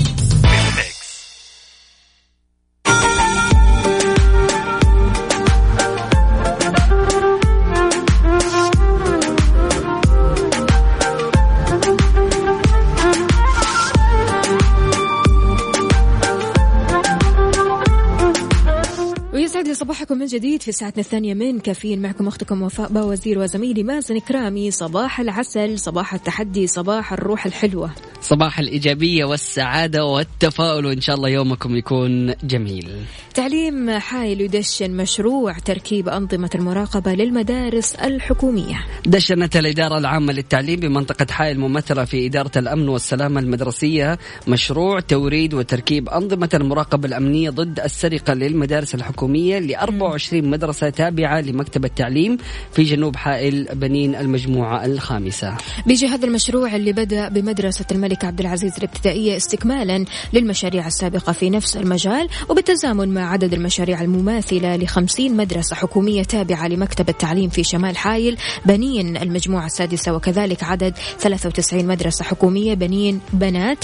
صباحكم من جديد في ساعتنا الثانية من كافيين. معكم أختكم وفاء باوزير وزميلي مازن كرامي. صباح العسل، صباح التحدي، صباح الروح الحلوة، صباح الإيجابية والسعادة والتفاؤل، وإن شاء الله يومكم يكون جميل. تعليم حائل يدشن مشروع تركيب أنظمة المراقبة للمدارس الحكومية. دشنت الإدارة العامة للتعليم بمنطقة حائل ممثلة في إدارة الأمن والسلامة المدرسية مشروع توريد وتركيب أنظمة المراقبة الأمنية ضد السرقة للمدارس الحكومية ل 24 مدرسة تابعة لمكتب التعليم في جنوب حائل بنين المجموعة الخامسة. بيجي هذا المشروع اللي بدأ بمدرسة الملك عبد العزيز الابتدائية استكمالا للمشاريع السابقة في نفس المجال، وبالتزامن مع عدد المشاريع المماثلة ل50 مدرسة حكومية تابعة لمكتب التعليم في شمال حائل بنين المجموعة السادسة، وكذلك عدد 93 مدرسة حكومية بنين بنات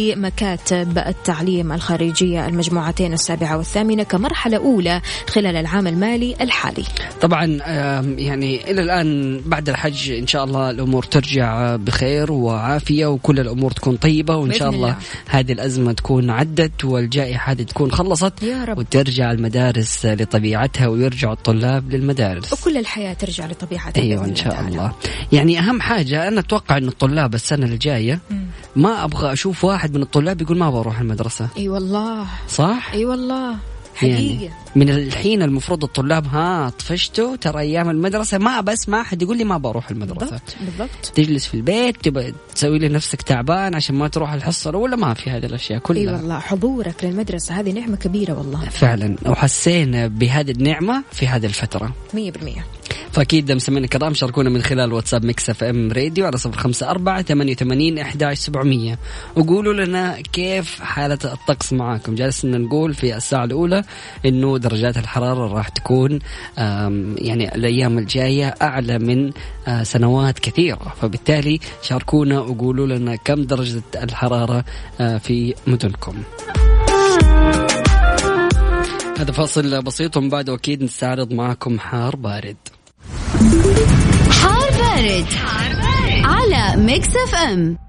لمكاتب التعليم الخارجية المجموعتين السابعة والثامنة كمرحلة أولى خلال العام المالي الحالي. طبعا يعني إلى الآن بعد الحج إن شاء الله الأمور ترجع بخير وعافية وكل الأمور تكون طيبة، وإن شاء الله هذه الأزمة تكون عدت والجائحة هذه تكون خلصت وترجع المدارس لطبيعتها ويرجع الطلاب للمدارس وكل الحياة ترجع لطبيعتها. أيوة إن شاء الله. يعني أهم حاجة أنا أتوقع أن الطلاب السنة الجاية ما أبغى أشوف واحد من الطلاب يقول ما بروح المدرسة. أي والله صح. أي والله حقيقة. يعني من الحين المفروض الطلاب طفشتوا ترى أيام المدرسة ما بسمع حد يقول لي ما بروح المدرسة. بالضبط. تجلس في البيت تبغى تسوي لي نفسك تعبان عشان ما تروح الحصة ولا ما في هذه الأشياء كلها. أي والله حضورك للمدرسة هذه نعمة كبيرة والله فعلا، وحسينا بهذه النعمة في هذه الفترة 100%. فأكيد مستمعينا الكرام شاركونا من خلال واتساب ميكس اف ام راديو على 0548811700 وقولوا لنا كيف حالة الطقس معاكم. جالسنا نقول في الساعة الأولى إنه درجات الحرارة راح تكون يعني الأيام الجاية أعلى من سنوات كثيرة، فبالتالي شاركونا وقولوا لنا كم درجة الحرارة في مدنكم. هذا فاصل بسيط ومن بعده أكيد نستعرض معكم حار بارد. حار بارد على ميكس اف ام.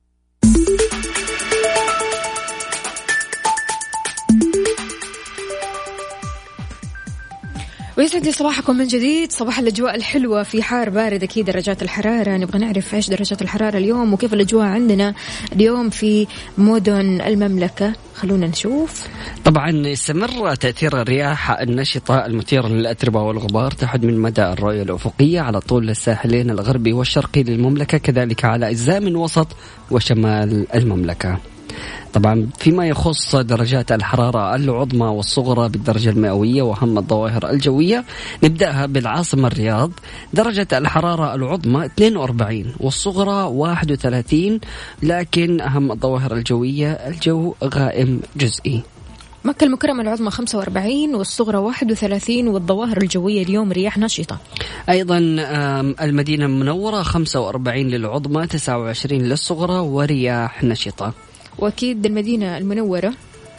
ويسعد لي صباحكم من جديد. صباح الأجواء الحلوة في حار بارد. أكيد درجات الحرارة نبغى نعرف إيش درجات الحرارة اليوم وكيف الأجواء عندنا اليوم في مدن المملكة. خلونا نشوف. طبعا يستمر تأثير الرياح النشطة المثيرة للأتربة والغبار تحد من مدى الرؤية الأفقية على طول الساحلين الغربي والشرقي للمملكة، كذلك على أجزاء من وسط وشمال المملكة. طبعا فيما يخص درجات الحرارة العظمى والصغرى بالدرجة المئوية وأهم الظواهر الجوية، نبدأها بالعاصمة الرياض. درجة الحرارة العظمى 42 والصغرى 31، لكن أهم الظواهر الجوية الجو غائم جزئي. مكة المكرمة العظمى 45 والصغرى 31 والظواهر الجوية اليوم رياح نشطة. أيضا المدينة المنورة 45 للعظمى 29 للصغرى ورياح نشطة. وأكيد المدينة المنورة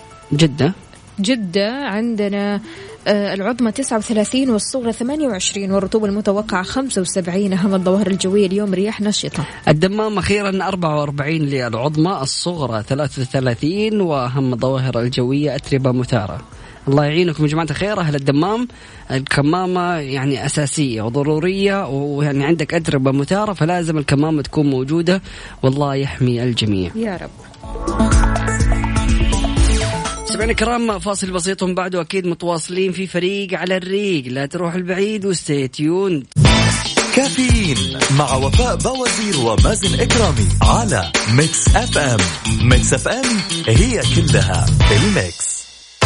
جدة عندنا العظمى 39 والصغرى 28 والرطوبة المتوقعة 75. أهم الظواهر الجوية اليوم رياح نشطة. الدمام أخيرا 44 للعظمى الصغرى 33 وأهم الظواهر الجوية أتربة مثارة. الله يعينكم يا جماعة الخير أهل الدمام. الكمامة يعني أساسية وضرورية، ويعني عندك أتربة مثارة فلازم الكمامة تكون موجودة، والله يحمي الجميع يا رب. سمعنا كرام فاصل بسيط ومن بعده أكيد متواصلين في فريق على الريق. لا تروح البعيد وستي تيون. كافيين مع وفاء بوازير ومازن إكرامي على ميكس اف ام. ميكس اف ام هي كلها الميكس.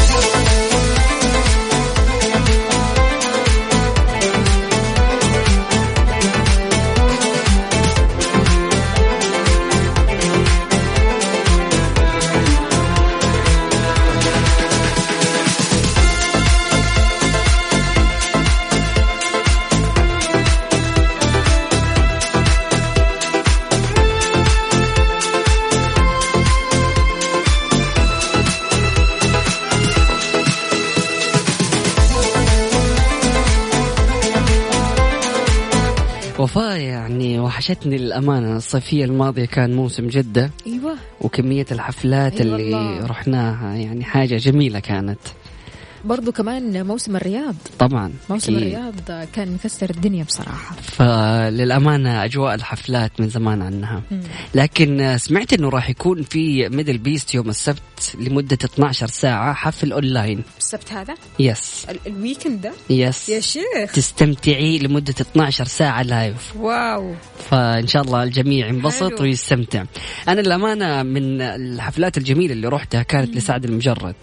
وفاء يعني وحشتني الأمانة. الصيفية الماضية كان موسم جدة. أيوة. وكمية الحفلات اللي رحناها يعني حاجة جميلة كانت. برضو كمان موسم الرياض. طبعا موسم الرياض كان مكسر الدنيا بصراحة. فللأمانة أجواء الحفلات من زمان عنها. لكن سمعت أنه راح يكون في ميدل بيست يوم السبت لمدة 12 ساعة حفل أونلاين. السبت هذا؟ يس. الويكند ده؟ يس يا شيخ. تستمتعي لمدة 12 ساعة لايف. واو. فإن شاء الله الجميع ينبسط ويستمتع. أنا الأمانة من الحفلات الجميلة اللي روحتها كانت لسعد المجرد.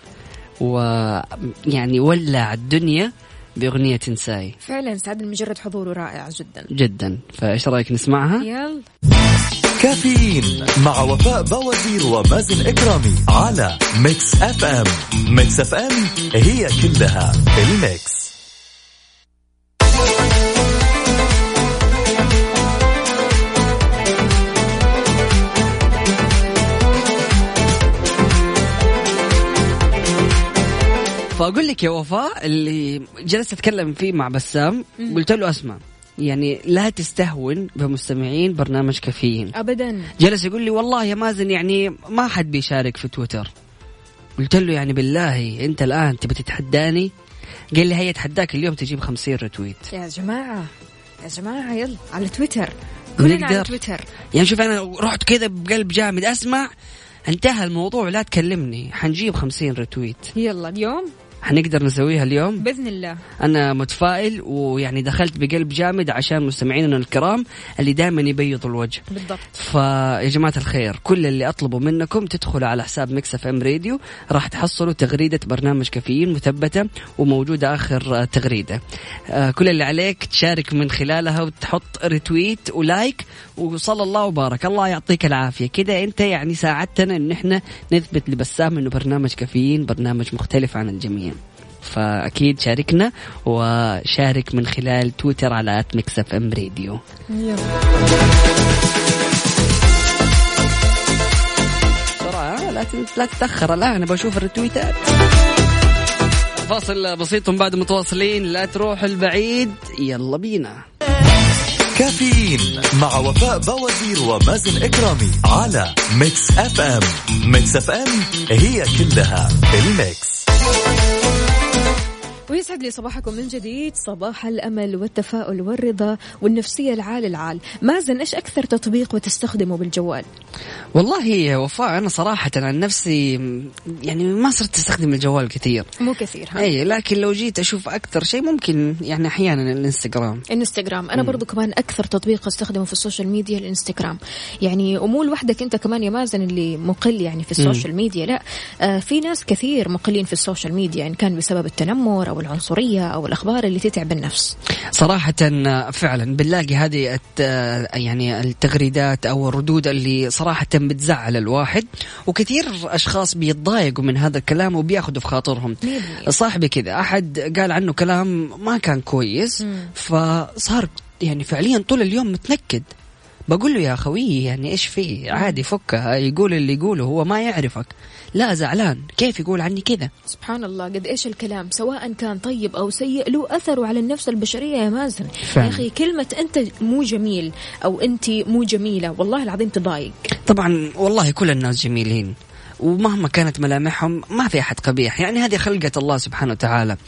ويعني ولع الدنيا بأغنية تنساي. فعلا سعد المجرد حضوره رائع جدا جدا. فإيش رأيك نسمعها؟ يلا. كافيين مع وفاء بوازير ومازن إكرامي على ميكس اف ام. ميكس اف ام هي كلها الميكس. فأقول لك يا وفاء اللي جلست أتكلم فيه مع بسام قلت له أسمع يعني لا تستهون بمستمعين برنامج كافيين أبدا. جلس يقول لي والله يا مازن يعني ما حد بيشارك في تويتر. قلت له يعني بالله أنت الآن تبي تتحداني؟ قال لي هيا تحداك اليوم تجيب 50 رتويت. يا جماعة يلا على تويتر كلنا على تويتر. يعني شوف أنا رحت كذا بقلب جامد أسمع انتهى الموضوع لا تكلمني حنجيب 50 رتويت. يلا اليوم حنقدر نسويها اليوم بإذن الله. أنا متفائل ويعني دخلت بقلب جامد عشان مستمعيننا الكرام اللي دائما يبيضوا الوجه. بالضبط. فيا جماعة الخير كل اللي أطلبه منكم تدخلوا على حساب ميكس اف ام راديو راح تحصلوا تغريدة برنامج كافيين مثبتة وموجودة آخر تغريدة. كل اللي عليك تشارك من خلالها وتحط رتويت ولايك وصلى الله وبارك الله يعطيك العافية. كده أنت يعني ساعدتنا إن احنا نثبت لبسام إنه برنامج كافيين برنامج مختلف عن الجميع. فأكيد شاركنا وشارك من خلال تويتر على @mixfmradio. بسرعة لا تتأخر الآن بشوف الرتويتات. فاصل بسيط بعد متواصلين لا تروح البعيد يلا بينا. كافيين مع وفاء بوازير ومازن إكرامي على ميكس اف ام. ميكس اف ام هي كلها الميكس. ويسعد لي صباحكم من جديد. صباح الأمل والتفاؤل والرضا والنفسية العال. مازن إيش أكثر تطبيق وتستخدمه بالجوال؟ والله وفاء أنا صراحة عن نفسي يعني ما صرت أستخدم الجوال كثير. مو كثير ها؟ أي لكن لو جيت أشوف أكثر شيء ممكن يعني أحيانا الانستغرام. أنا برضو كمان أكثر تطبيق أستخدمه في السوشيال ميديا الانستغرام. يعني ومو لوحدك أنت كمان يا مازن اللي مقل يعني في السوشيال ميديا. لا في ناس كثير مقلين في السوشيال ميديا إن يعني كان بسبب التنمر أو العنصرية أو الأخبار اللي تتعب النفس. صراحة فعلا بنلاقي هذه يعني التغريدات أو الردود اللي صراحة بتزعل الواحد وكثير أشخاص بيتضايقوا من هذا الكلام وبياخدوا في خاطرهم. صاحبي كذا أحد قال عنه كلام ما كان كويس فصار يعني فعليا طول اليوم متنكد. بقول له يا خوي يعني إيش فيه عادي فكها يقول اللي يقوله هو ما يعرفك. لا زعلان كيف يقول عني كذا. سبحان الله قد إيش الكلام سواء كان طيب أو سيء له أثره على النفس البشرية يا مازن. يا أخي كلمة أنت مو جميل أو أنت مو جميلة والله العظيم تضايق. طبعا والله كل الناس جميلين ومهما كانت ملامحهم ما في أحد قبيح، يعني هذه خلقة الله سبحانه وتعالى.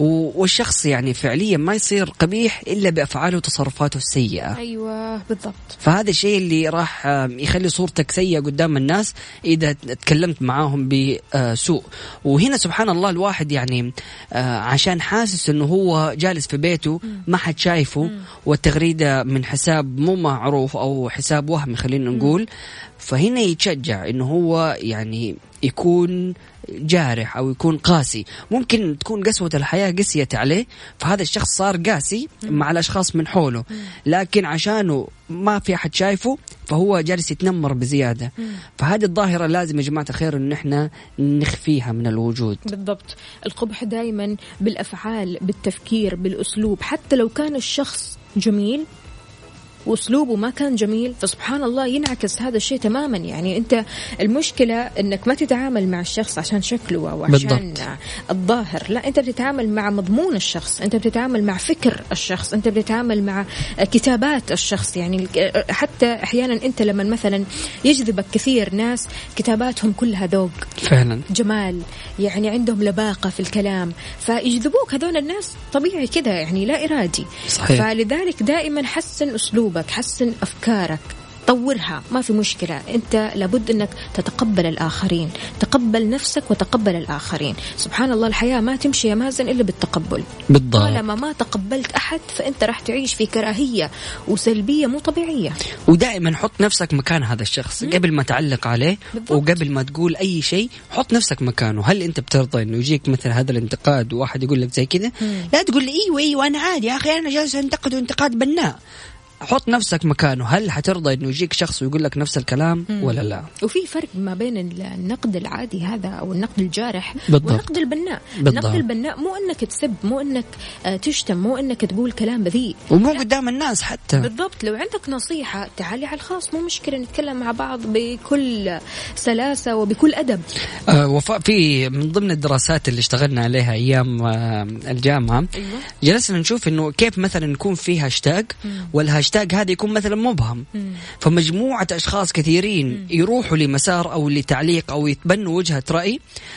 والشخص يعني فعليا ما يصير قبيح إلا بأفعاله وتصرفاته السيئة. أيوة بالضبط. فهذا الشيء اللي راح يخلي صورتك سيئة قدام الناس إذا تكلمت معاهم بسوء. وهنا سبحان الله الواحد يعني عشان حاسس إنه هو جالس في بيته ما حد شايفه، والتغريدة من حساب مو معروف أو حساب وهمي خلينا نقول، فهنا يتشجع إنه هو يعني يكون جارح أو يكون قاسي. ممكن تكون قسوة الحياة قسيت عليه، فهذا الشخص صار قاسي مع الأشخاص من حوله، لكن عشانه ما في أحد شايفه فهو جالس يتنمر بزيادة. فهذه الظاهرة لازم يا جماعة الخير إن إحنا نخفيها من الوجود. بالضبط. القبح دائما بالأفعال، بالتفكير، بالأسلوب. حتى لو كان الشخص جميل وأسلوبه ما كان جميل، فسبحان الله ينعكس هذا الشيء تماما. يعني أنت المشكلة أنك ما تتعامل مع الشخص عشان شكله أو عشان الظاهر، لا، أنت بتتعامل مع مضمون الشخص، أنت بتتعامل مع فكر الشخص، أنت بتتعامل مع كتابات الشخص. يعني حتى أحيانا أنت لما مثلا يجذبك كثير ناس كتاباتهم كلها ذوق فعلا، جمال، يعني عندهم لباقة في الكلام، فيجذبوك هذول الناس طبيعي كده، يعني لا إرادي. صحيح. فلذلك دائما حسن أسلوبك، حسن أفكارك، طورها، ما في مشكلة. أنت لابد أنك تتقبل الآخرين، تقبل نفسك وتقبل الآخرين. سبحان الله الحياة ما تمشي يا مازن إلا بالتقبل. بالضبط. طالما ما تقبلت أحد فأنت راح تعيش في كراهية وسلبية مو طبيعية. ودائما حط نفسك مكان هذا الشخص قبل ما تعلق عليه. بالضبط. وقبل ما تقول أي شيء حط نفسك مكانه. هل أنت بترضى إنه يجيك مثل هذا الانتقاد وواحد يقول لك زي كذا؟ لا تقول لي إيوه أنا عادي يا أخي، أنا جالس أنتقد انتقاد بناء. حط نفسك مكانه. هل حترضى إنه يجيك شخص ويقول لك نفس الكلام ولا لا؟ وفي فرق ما بين النقد العادي هذا أو النقد الجارح والنقد البناء. النقد البناء مو أنك تسب، مو أنك تشتم، مو أنك تقول كلام بذيء، ومو قدام الناس حتى. بالضبط. لو عندك نصيحة تعالي على الخاص، مو مشكلة نتكلم مع بعض بكل سلاسة وبكل أدب. وفاء، في من ضمن الدراسات اللي اشتغلنا عليها أيام الجامعة، جلسنا نشوف إنه كيف مثلا نكون فيه هاشتاج، والهاشتاج هذا يكون مثلا مبهم، فمجموعة أشخاص كثيرين يروحوا لمسار أو لتعليق أو يتبنوا وجهة رأي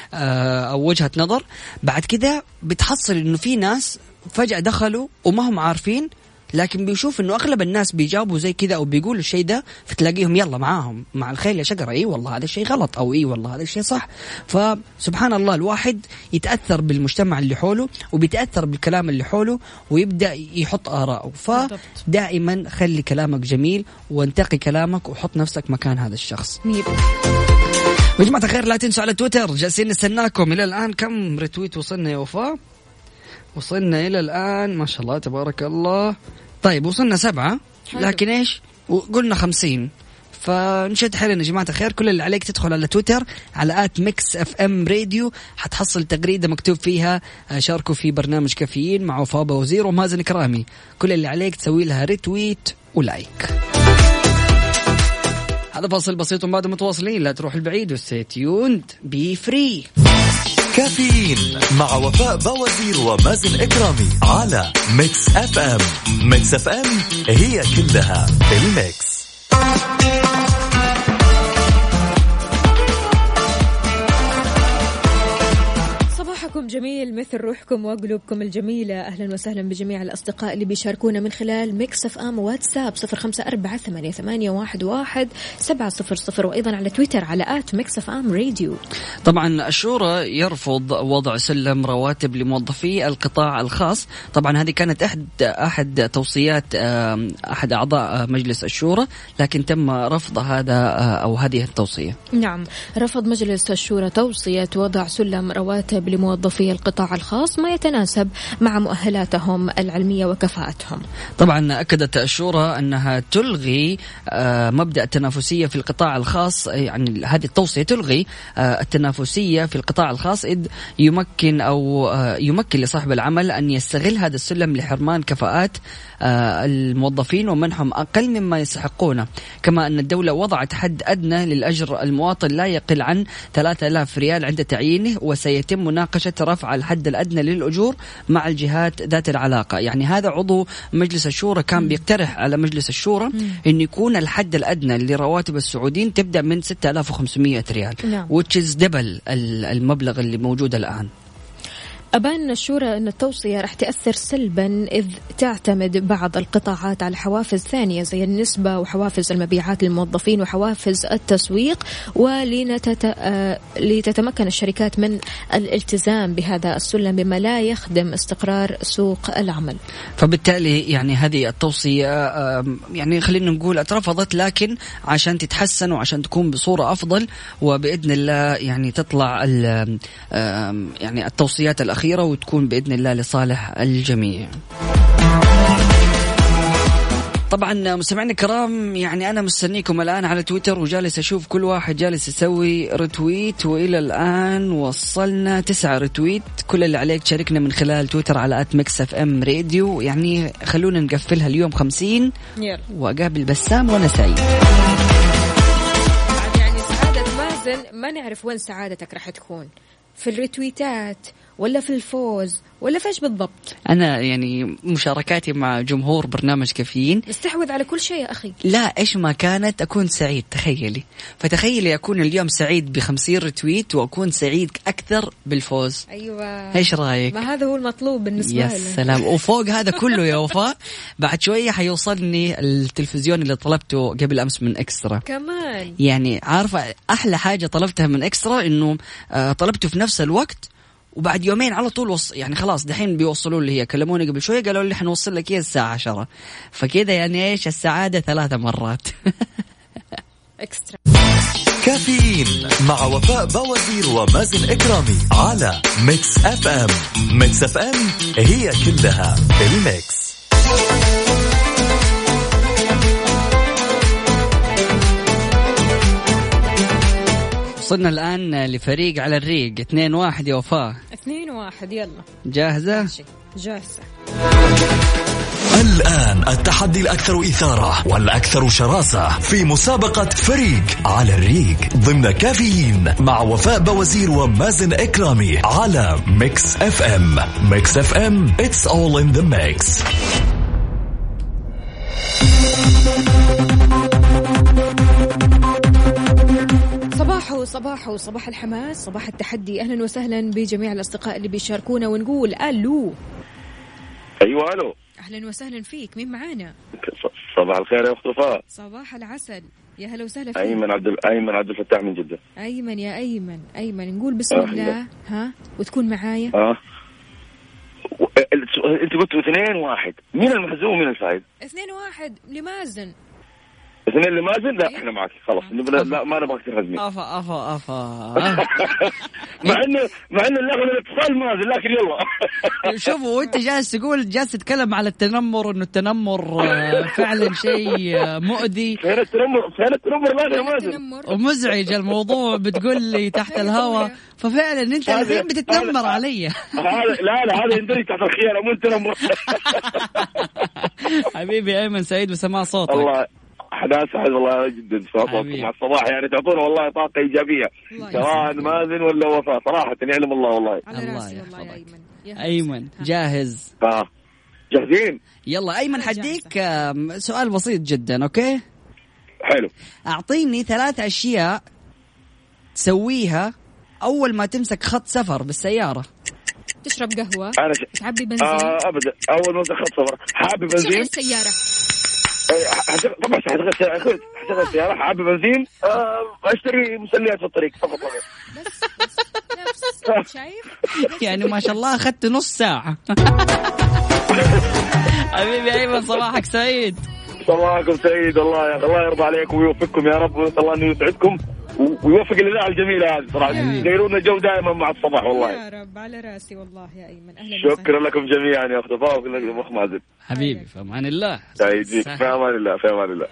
أو وجهة نظر. بعد كده بتحصل إنه في ناس فجأة دخلوا وما هم عارفين، لكن بيشوف إنه أغلب الناس بيجاوبوا زي كده أو بيقولوا الشيء ده، فتلاقيهم يلا معاهم مع الخيل يا شجرة. إيه والله هذا الشيء غلط، أو إيه والله هذا الشيء صح. فسبحان الله الواحد يتأثر بالمجتمع اللي حوله وبيتأثر بالكلام اللي حوله ويبدأ يحط آراءه. فدائما خلي كلامك جميل وانتقي كلامك وحط نفسك مكان هذا الشخص. يا جماعة الخير لا تنسوا على تويتر، جالسين نستناكم. إلى الآن كم ريتويت وصلنا يا وفاء؟ وصلنا إلى الآن ما شاء الله تبارك الله. طيب وصلنا 7، لكن إيش قلنا 50. فنشد حيلنا يا جماعة الخير. كل اللي عليك تدخل على تويتر على @mixfmradio، حتحصل تغريدة مكتوب فيها شاركوا في برنامج كافيين مع وفاء بوزير ومازن كرامي. كل اللي عليك تسوي لها ريتويت ولايك. هذا فاصل بسيط وبعد متواصلين، لا تروح البعيد وستي تيوند بي فري. كافيين مع وفاء بوزير ومازن إكرامي على ميكس اف ام. ميكس اف ام هي كلها الميكس. صباحكم جميل مثل روحكم وقلوبكم الجميلة. أهلا وسهلا بجميع الأصدقاء اللي بيشاركونا من خلال ميكس اف ام واتساب 0548811700، وأيضا على تويتر على ميكس اف ام راديو. طبعا الشورى يرفض وضع سلم رواتب لموظفي القطاع الخاص. طبعا هذه كانت أحد توصيات أحد أعضاء مجلس الشورى، لكن تم رفض هذا أو هذه التوصية. نعم، رفض مجلس الشورى توصية وضع سلم رواتب لموظفي القطاع الخاص ما يتناسب مع مؤهلاتهم العلمية وكفاءتهم. طبعا أكدت الشورى أنها تلغي مبدأ التنافسية في القطاع الخاص. يعني هذه التوصية تلغي التنافسية في القطاع الخاص، إذ يمكن لصاحب العمل أن يستغل هذا السلم لحرمان كفاءات الموظفين ومنحهم أقل مما يستحقونه. كما أن الدولة وضعت حد أدنى للأجر المواطن لا يقل عن 3000 ريال عند تعيينه، وسيتم مناقشة رفع الحد الأدنى للأجور مع الجهات ذات العلاقة. يعني هذا عضو مجلس الشورى كان بيقترح على مجلس الشورى أن يكون الحد الأدنى لرواتب السعوديين تبدأ من 6500 ريال which is double المبلغ اللي موجود الآن. أبان الشورى أن التوصية رح تأثر سلبا إذ تعتمد بعض القطاعات على حوافز ثانية زي النسبة وحوافز المبيعات للموظفين وحوافز التسويق، ولتتمكن الشركات من الالتزام بهذا السلم بما لا يخدم استقرار سوق العمل. فبالتالي يعني هذه التوصية يعني خلينا نقول اترفضت، لكن عشان تتحسن وعشان تكون بصورة أفضل وبإذن الله يعني تطلع يعني التوصيات الأخيرة وتكون بإذن الله لصالح الجميع. طبعا مستمعينا الكرام يعني أنا مستنيكم الآن على تويتر وجالس أشوف كل واحد جالس يسوي رتويت، وإلى الآن وصلنا 9 رتويت. كل اللي عليك تشاركنا من خلال تويتر على @mixfmradio. يعني خلونا نقفلها اليوم 50 وأقابل بسام وأنا سعيد. يعني سعادة مازن ما نعرف وين سعادتك راح تكون، في الرتويتات ولا في الفوز ولا فيش بالضبط؟ أنا يعني مشاركاتي مع جمهور برنامج كافيين استحوذ على كل شيء يا أخي. لا إيش ما كانت أكون سعيد. فتخيلي أكون اليوم سعيد ب50 رتويت وأكون سعيد أكثر بالفوز. أيوة إيش رأيك؟ ما هذا هو المطلوب بالنسبة لي. يا سلام. وفوق هذا كله يا وفاء بعد شوية حيوصلني التلفزيون اللي طلبته قبل أمس من إكسترا كمان. يعني عارفة أحلى حاجة طلبتها من إكسترا إنه طلبته في نفس الوقت وبعد يومين على طول يعني خلاص دحين بيوصلوا لي. هي كلموني قبل شوية قالوا لي حنوصل لك الساعة 10. فكذا يعني إيش السعادة 3 مرات. إكسترا كافيين مع وفاء بوازير ومازن إكرامي على ميكس اف ام. ميكس اف ام هي كلها الميكس. وصلنا الآن لفريق على الريق 2-1 يا وفاء. 2-1 يلا جاهزة؟ جاهزة. الآن التحدي الأكثر إثارة والأكثر شراسة في مسابقة فريق على الريق ضمن كافيين مع وفاء بوازير ومازن إكرامي على ميكس اف ام. ميكس اف ام it's all in the mix. صباح الحماس، صباح التحدي. أهلا وسهلا بجميع الأصدقاء اللي بيشاركونا ونقول ألو. أيوة ألو. أهلا وسهلا فيك. مين معانا؟ صباح الخير يا أخت وفاء. صباح العسل. يا هلا وسهلا فيك. أيمن عبد الفتاح من جدة. أيمن يا أيمن نقول بسم الله ها وتكون معايا. أنت قلت 2-1. مين المحزوم ومين الفائز؟ 2-1 لمازن. 2 لمازن. لا احنا معك خلاص. لا ما نبغاك تهزمني. افا مع انه ناخذ الاتصال مازن لكن يلا. شوفوا وانت جالس تتكلم على التنمر انه التنمر فعلا شيء مؤذي. فين التنمر لا يا مازن ومزعج الموضوع بتقول لي تحت الهواء. ففعلا انت الحين بتتنمر علي. لا هذا يندرج تحت الخيانه مو التنمر. حبيبي ايمن سعيد بسماع صوتك. الله أحداث سعد والله جدا صوتكم مع الصباح يعني تعطونا والله طاقة إيجابية سواء مازن ولا وفاء صراحة يعلم الله والله. الله يا أيمن جاهز؟ جاهزين. يلا أيمن حديك سؤال بسيط جدا. أوكي حلو. أعطيني 3 أشياء تسويها أول ما تمسك خط سفر بالسيارة. تشرب قهوة، تعبي بنزين. أبدا أول ما تمسك خط سفر حابب بنزين السيارة. طبعا حشغل السيارة حابب بنزين. أشتري مسليات في الطريق فقط. بس شايف يعني ما شاء الله أخذت نص ساعة. حبيبي أيمن صباحك سعيد. صباحكم سعيد. الله يرضى عليكم ويوفقكم يا رب. ونسأل الله أنه يسعدكم ويوفق الإذاعة الجميلة هذه صراحة. غيرونا جو دائما مع الصباح والله. يا رب على راسي والله يا أيمن. شكرا لكم جميعا يا أخت وفاء ولكم أخ مازن. حبيبي في أمان الله. سعيدك في أمان الله.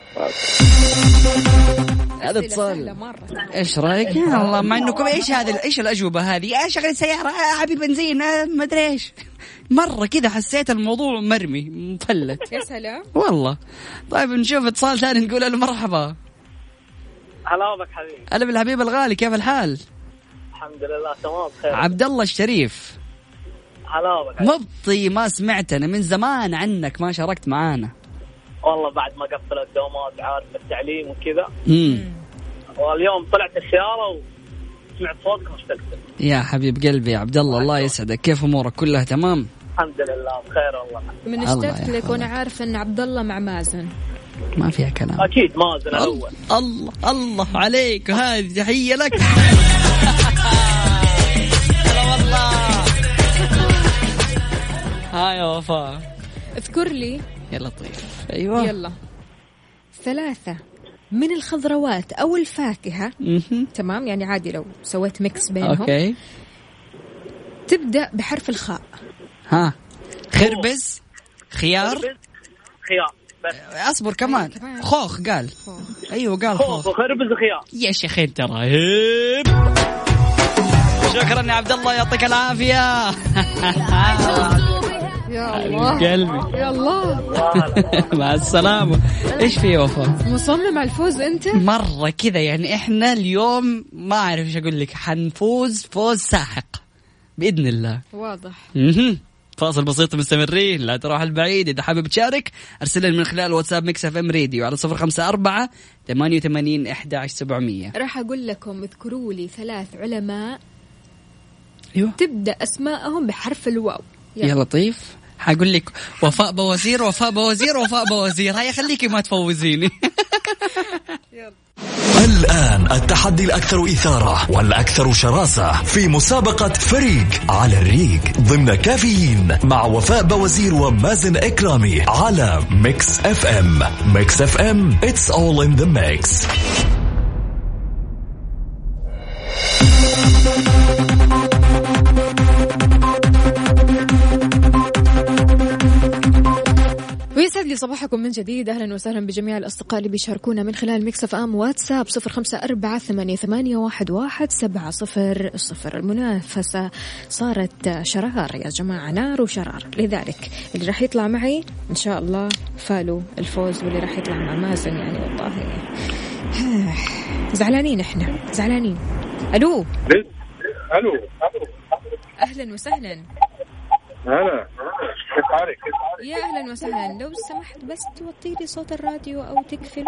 هذا اتصال ايش رايك؟ والله مع انكم ايش الاجوبه هذه؟ اشغل السياره حبيب بنزين ما ادري ايش. مره كذا حسيت الموضوع مرمي مفلت. يا سلام والله. طيب نشوف اتصال ثاني نقول له مرحبا. هلا بك حبيبي. هلا بالحبيب الغالي كيف الحال؟ الحمد لله تمام بخير. عبد الله الشريف هلا مبطي، ما سمعت أنا من زمان عنك، ما شاركت معانا. والله بعد ما قفل الدوامات عارف التعليم وكذا. واليوم طلعت السيارة وسمعت صوتك مشتقت. يا حبيب قلبي يا عبد الله، الله يسعدك. كيف أمورك؟ كلها تمام؟ الحمد لله بخير والله. من اشتقت لك وانا عارفه ان عبد الله مع مازن. ما فيها كلام. اكيد مازن الاول. الله عليك، هذه تحيه لك. والله هاي وفاء، اذكر لي يا لطيف. ايوه يلا 3 من الخضروات او الفاكهه. تمام، يعني عادي لو سويت ميكس بينهم. اوكي. تبدا بحرف الخاء. ها، خربز، خيار، بس. اصبر كمان. خوخ قال. ايوه قال خوخ وخربز وخيار. يا شيخ انت رهيب. شكرا يا عبد الله، يعطيك العافيه. يا الله قلبي يا الله. مع السلامه. ايش في وفاء؟ مصمم على الفوز انت مره كذا، يعني احنا اليوم ما اعرف ايش اقول لك، حنفوز فوز ساحق باذن الله. واضح. فاصل بسيط مستمرين، لا تروح البعيد. إذا حابب تشارك أرسل لي من خلال واتساب ميكس اف ام راديو على 054-88-11700. راح أقول لكم اذكروا لي 3 علماء أيوة. تبدأ أسماءهم بحرف الواو. يا لطيف، حقول لك وفاء بوزير وفاء بوزير وفاء بوزير. هيا خليكي ما تفوزيني. الآن التحدي الأكثر إثارة والأكثر شراسة في مسابقة فريق على الريق ضمن كافيين مع وفاء بوزير ومازن إكرامي على ميكس اف ام. ميكس اف ام it's all in the mix. ويسعد لي صباحكم من جديد. أهلا وسهلا بجميع الأصدقاء اللي بيشاركونا من خلال ميكس اف ام واتساب 0548811700. المنافسة صارت شرار يا جماعة، نار وشرار، لذلك اللي راح يطلع معي إن شاء الله فالو الفوز، واللي راح يطلع مع مازن يعني والله زعلانين، إحنا زعلانين. ألو أهلا وسهلا. هلا كيف حالك؟ يا أهلا وسهلا، لو سمحت بس توطي لي صوت الراديو أو تقفل.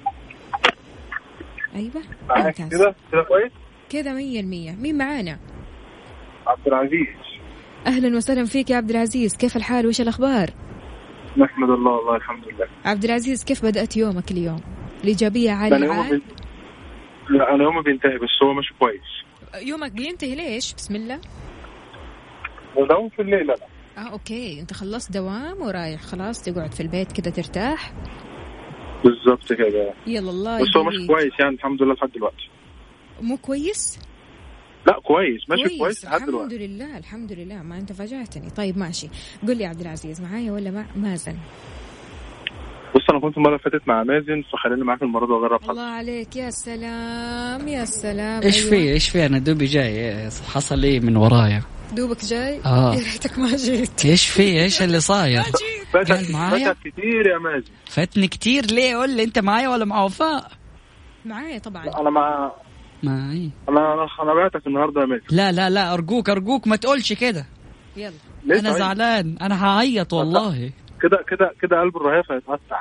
أيوة كذا كويس كذا 100%. مين معانا؟ عبد العزيز. أهلا وسهلا فيك يا عبد العزيز، كيف الحال وإيش الأخبار؟ نحمد الله والله الحمد لله. عبد العزيز كيف بدأت يومك اليوم؟ الإيجابية عالية؟ لا أنا يومي بينتهي بس هو مش كويس. يومك بينتهي ليش؟ بسم الله. دوام في الليل. لا أوكي، أنت خلصت دوام ورايح خلاص تقعد في البيت كده ترتاح. بالضبط كده. يلا الله بس هو مش كويس يعني الحمد لله لحد دلوقتي. مو كويس؟ لا كويس، ماشي كويس لحد دلوقتي. الحمد لله الحمد لله. ما أنت فاجأتني. طيب ماشي، قل لي عبد العزيز معايا ولا مع مازن؟ بص أنا كنت المرة فاتت مع مازن، فخليني معاك المرة دي أجرب. الله عليك، يا سلام يا سلام. إيش في إيش في أنا دوبي جاي، حصل إيه من ورايا؟ دوبك جاي؟ يا ريتك ما جيت. ايش في ايش اللي صاير؟ فاتك كتير يا مازن. فاتني كتير ليه؟ قول لي انت معايا ولا مع وفاء؟ معايا طبعا. انا معي. انا بعتك النهارده يا مازن. لا ارجوك ما تقولش كده. يلا انا زعلان، انا هعيط والله. كده قلب الرهيف هيتقطع.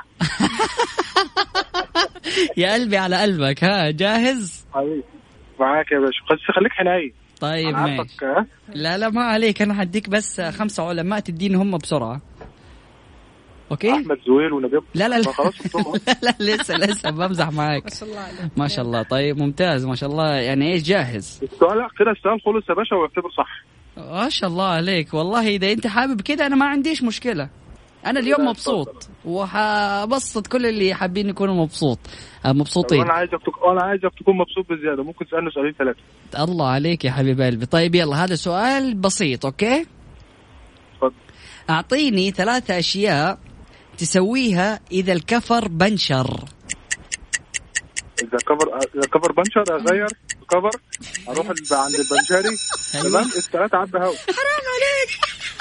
يا قلبي على قلبك. ها جاهز؟ حبيبي معاك يا باشا، خليك حنين. طيب ماشي. لا ما عليك، انا هديك بس 5 علماء تديني هم بسرعه. اوكي. احمد زويل ونجيب. لا لا لسه بمزح معاك. ما شاء الله عليك. ما شاء الله. طيب ممتاز ما شاء الله. يعني ايش جاهز؟ السؤال كده السؤال خلص يا باشا واعتبر صح. ما شاء الله عليك والله. اذا انت حابب كده انا ما عنديش مشكله. أنا اليوم مبسوط وحبسط كل اللي حابين يكونوا مبسوطين. أنا عايزك تكون مبسوط بزيادة. ممكن تسألني سؤالين 3. الله عليك يا حبيب قلبي. طيب يلا هذا سؤال بسيط. أوكي فضل. أعطيني 3 أشياء تسويها إذا الكفر بنشر. إذا كفر بنشر أغير كفر أروح عند البنشاري. تمام. الثلاثة عبى هوا. حرام عليك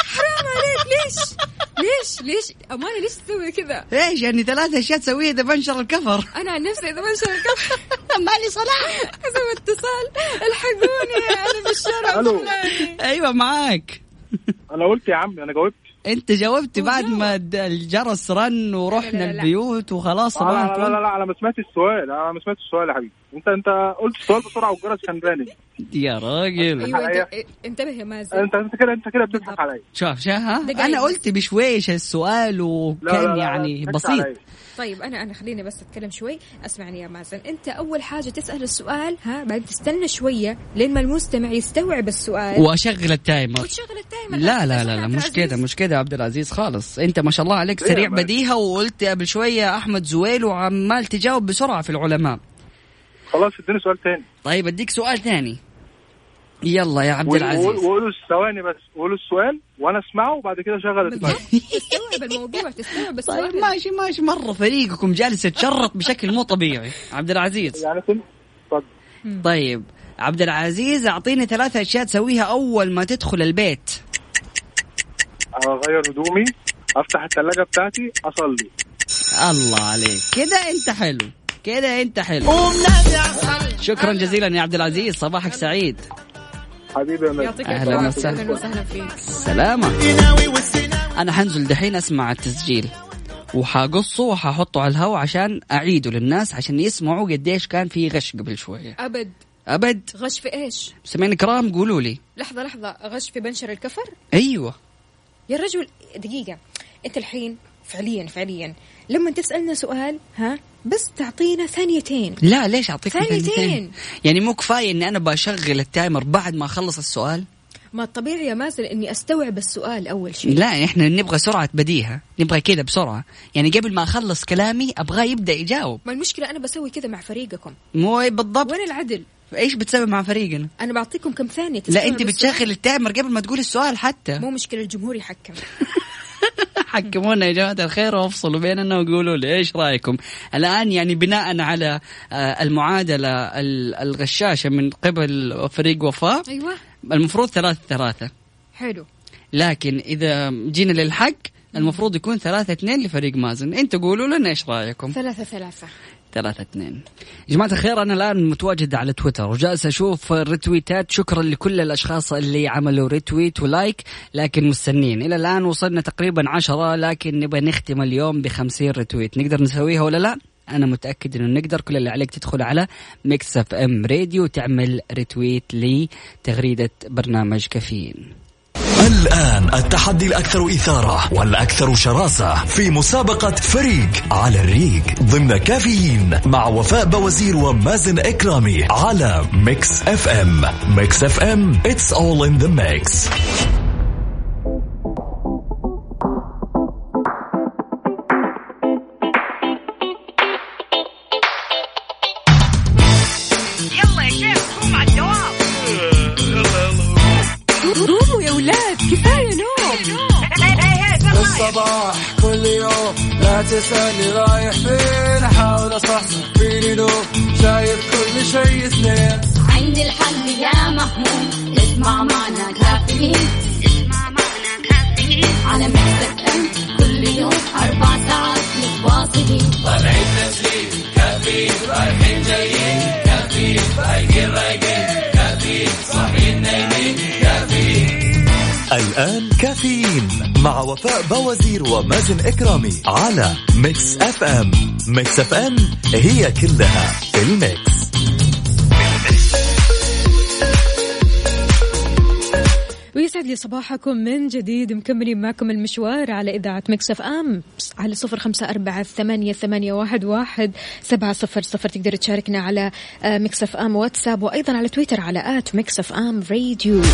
ليش أماني ليش تسوي كذا؟ إيش يعني 3 أشياء تسويها إذا بنشر الكفر؟ أنا عن نفسي إذا بنشر الكفر مالي صلاح. حسب اتصال الحقوني أنا بالشارع. ألو. أيوة معاك. أنا قلت يا عمي، أنا جاوبت. أنت جاوبت بعد ما الجرس رن ورحنا البيوت وخلاص. لا أنا ما سمعت السؤال. يا حبيبي. أنت قلت السؤال بسرعة والجرس كان راني. يا راجل. أيوة انتبه يا مازن. أنت كده بتضحك علي. شوف أنا قلت بشويش السؤال وكان يعني بسيط. طيب أنا خليني بس أتكلم شوي. أسمعني يا مازن، أنت أول حاجة تسأل السؤال بعد تستنى شوية لين ما المستمع يستوعب السؤال وأشغل التايمر. لا مش كده عبد العزيز خالص. أنت ما شاء الله عليك سريع بديهة، وقلت قبل شوية أحمد زويل وعمال تجاوب بسرعة في العلماء. خلاص اديني سؤال تاني. طيب أديك سؤال تاني. يلا يا عبد العزيز. وقولوا ثواني بس، قولوا السؤال وانا اسمعه وبعد كده شغل التايمر. تستوعب الموضوع، تستوعب السؤال. طيب ماشي مرة فريقكم جالس يتشرط بشكل مو طبيعي. عبد العزيز يعني طيب عبد العزيز أعطيني 3 أشياء تسويها أول ما تدخل البيت. أغير هدومي، أفتح الثلاجة بتاعتي، أصلي. الله عليك، كده أنت حلو. شكرا جزيلا يا عبد العزيز، صباحك سعيد حبيبي. أهلا وسهلا فيك. سلامة. أنا حنزل دحين أسمع التسجيل وحقصه وححطه على الهواء عشان أعيده للناس عشان يسمعوا قديش كان في غش قبل شوية. أبد غش في إيش؟ سمعني كرام قولوا لي. لحظة غش في بنشر الكفر؟ أيوة يا رجل دقيقة، أنت الحين فعليا لما تسألنا سؤال بس تعطينا 2 ثانية. لا ليش أعطيك 2 ثانية؟ يعني مو كفاية إني أنا بشغل التايمر بعد ما أخلص السؤال؟ ما الطبيعي يا مازن إني أستوعب السؤال أول شيء. لا إحنا نبغى سرعة بديهة، نبغى كده بسرعة، يعني قبل ما أخلص كلامي أبغاه يبدأ يجاوب. ما المشكلة أنا بسوي كده مع فريقكم. مو بالضبط. وين العدل؟ إيش بتسوي مع فريقنا؟ أنا بعطيكم كم ثانية. لا أنت بتشغل التايمر قبل ما تقول السؤال حتى. مو مشكلة، الجمهور يحكم. حكمونا يا جماعة الخير وافصلوا بيننا وقولوا لي إيش رأيكم الآن. يعني بناء على المعادلة الغشاشة من قبل فريق وفاء. أيوة. المفروض 3-3. حلو. لكن إذا جينا للحق المفروض يكون 3-2 لفريق مازن. أنتوا قولوا لنا إيش رأيكم. 3-3. 3-2. جماعة الخير أنا الآن متواجد على تويتر وجالس أشوف الريتويتات. شكرا لكل الأشخاص اللي عملوا ريتويت ولايك، لكن مستنين. إلى الآن وصلنا تقريبا 10، لكن نبغى نختم اليوم ب50 ريتويت. نقدر نسويها ولا لا؟ أنا متأكد إنه نقدر. كل اللي عليك تدخل على ميكس اف ام راديو وتعمل ريتويت لتغريدة برنامج كافيين. الآن التحدي الأكثر إثارة والأكثر شراسة في مسابقة فريق على الريق ضمن كافيين مع وفاء بوزير ومازن إكرامي على ميكس اف ام. ميكس اف ام it's all in the mix. يلا يا شيخ قوم على الدوام. قوموا يا ولاد، كفاية نوم. الصباح كل يوم لا تسألني رايح فين، أحاول أصحصح فيني نوم، شايف كل شيء سنين. عندي الحل يا محمود، اسمع معنا كافيين، على ميكس اف ام كل يوم 4 ساعات متواصلين. طالعين تسليم كافيين، رايحين جايين كافيين، فايقين رايقين كافيين، صاحيين نايمين كافيين. الآن كافيين مع وفاء بوزير ومازن إكرامي على ميكس اف ام. ميكس اف ام هي كلها في الميكس. ويسعد لي صباحكم من جديد، مكملين معكم المشوار على إذاعة ميكس اف ام على 0548811700. تقدر تشاركنا على ميكس اف ام واتساب، وأيضا على تويتر على @ميكس اف ام راديو.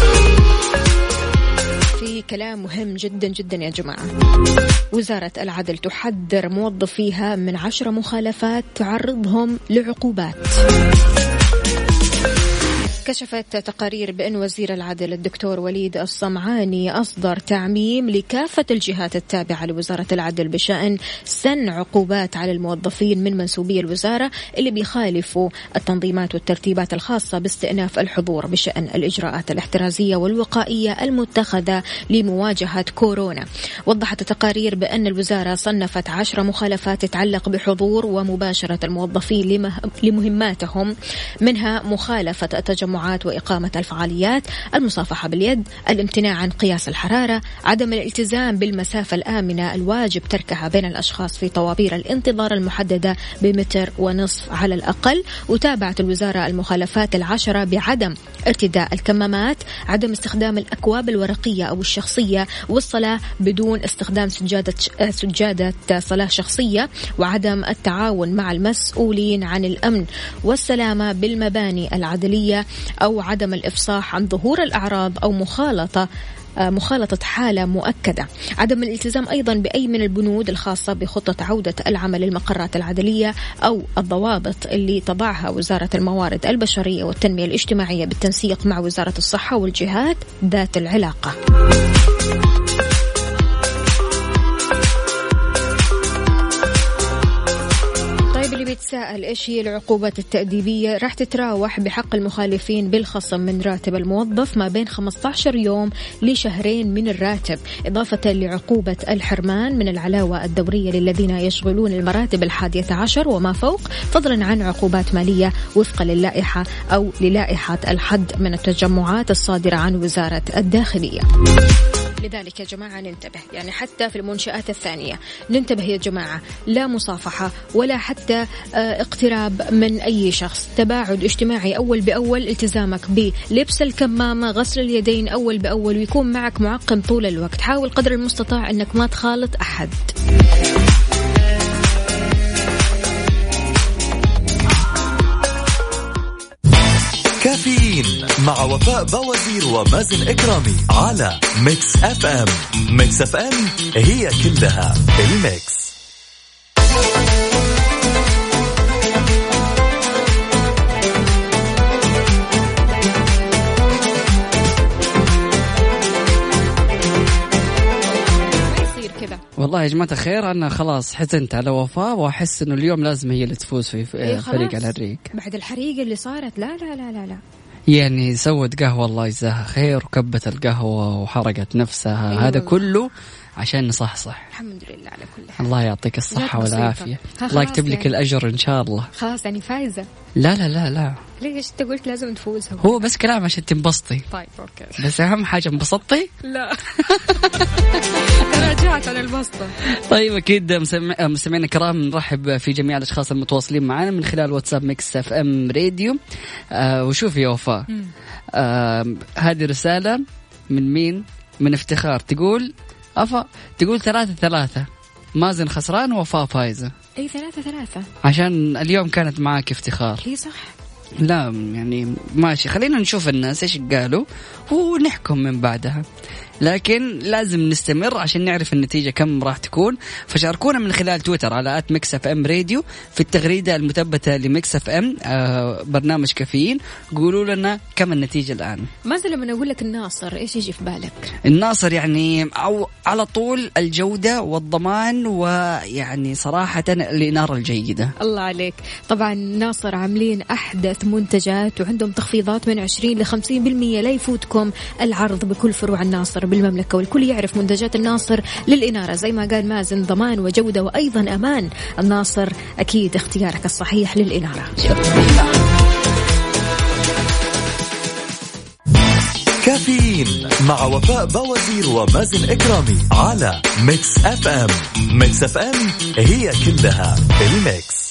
في كلام مهم جدا جدا يا جماعة. وزارة العدل تحذر موظفيها من 10 مخالفات تعرضهم لعقوبات. كشفت تقارير بأن وزير العدل الدكتور وليد الصمعاني أصدر تعميم لكافة الجهات التابعة لوزارة العدل بشأن سن عقوبات على الموظفين من منسوبي الوزارة اللي بيخالفوا التنظيمات والترتيبات الخاصة باستئناف الحضور بشأن الإجراءات الاحترازية والوقائية المتخذة لمواجهة كورونا. وضحت التقارير بأن الوزارة صنفت 10 مخالفات تتعلق بحضور ومباشرة الموظفين لمهماتهم، منها مخالفة التجمعات وإقامة الفعاليات، المصافحة باليد، الامتناع عن قياس الحرارة، عدم الالتزام بالمسافة الآمنة الواجب تركها بين الأشخاص في طوابير الانتظار المحددة بمتر ونصف على الأقل. وتابعت الوزارة المخالفات 10 بعدم ارتداء الكمامات، عدم استخدام الأكواب الورقية أو الشخصية، والصلاة بدون استخدام سجادة صلاة شخصية، وعدم التعاون مع المسؤولين عن الأمن والسلامة بالمباني العدلية، أو عدم الإفصاح عن ظهور الأعراض أو مخالطة حالة مؤكدة، عدم الالتزام أيضا بأي من البنود الخاصة بخطة عودة العمل للمقرات العدلية أو الضوابط اللي تضعها وزارة الموارد البشرية والتنمية الاجتماعية بالتنسيق مع وزارة الصحة والجهات ذات العلاقة. اللي بيتساءل إيش هي العقوبات التأديبية، راح تتراوح بحق المخالفين بالخصم من راتب الموظف ما بين 15 يوم لشهرين من الراتب، إضافة لعقوبة الحرمان من العلاوة الدورية للذين يشغلون المراتب 11 وما فوق، فضلا عن عقوبات مالية وفقا للائحة أو للائحة الحد من التجمعات الصادرة عن وزارة الداخلية. لذلك يا جماعة ننتبه، يعني حتى في المنشآت الثانية ننتبه يا جماعة، لا مصافحة ولا حتى اقتراب من أي شخص، تباعد اجتماعي أول بأول، التزامك بلبس الكمامة، غسل اليدين أول بأول، ويكون معك معقم طول الوقت، حاول قدر المستطاع أنك ما تخالط أحد. كافيين مع وفاء بوازير ومازن إكرامي على ميكس اف ام. ميكس اف ام هي كلها الميكس. والله يا جماعة الخير أنا خلاص حزنت على وفاء، وأحس إنه اليوم لازم هي اللي تفوز في فريق على الريق بعد الحريقة اللي صارت. لا لا لا لا لا، يعني سوت قهوة الله يجزاها خير، وكبت القهوة وحرقت نفسها. أيوة. هذا كله عشان نصحصح. الحمد لله على كل حال. الله يعطيك الصحة والعافية، الله يكتب لك يعني الأجر إن شاء الله. خلاص يعني فايزة. لا لا لا لا، ليش أنت قلت لازم تفوز؟ هو بس كلام عشان تنبسطي. طيب أوكي، بس أهم حاجة انبسطتي؟ لا تراجعت عن البسطة. طيب أكيد مستمعينا الكرام نرحب في جميع الأشخاص المتواصلين معنا من خلال واتساب ميكس اف ام راديو. وشوف يا وفاء، هذه رسالة من مين؟ من افتخار، تقول 3-3 مازن خسران ووفاء فايزة. أي 3-3 عشان اليوم كانت معك افتخار. هي صح؟ لا يعني ماشي، خلينا نشوف الناس ايش قالوا ونحكم من بعدها، لكن لازم نستمر عشان نعرف النتيجة كم راح تكون. فشاركونا من خلال تويتر على @mixfmradio في التغريدة المثبتة لميكس اف ام برنامج كافيين، قولوا لنا كم النتيجة الآن. مثلا لما أقول لك الناصر إيش يجي في بالك؟ الناصر يعني أو على طول الجودة والضمان، ويعني صراحة الإنارة الجيدة. الله عليك. طبعا ناصر عاملين أحدث منتجات وعندهم تخفيضات من 20 ل 50%. لا يفوتكم العرض بكل فروع الناصر بالمملكة، والكل يعرف منتجات الناصر للإنارة زي ما قال مازن، ضمان وجودة وأيضا أمان. الناصر أكيد اختيارك الصحيح للإنارة. كافيين مع وفاء بوازير ومازن إكرامي على ميكس اف ام. ميكس اف ام هي كلها الميكس.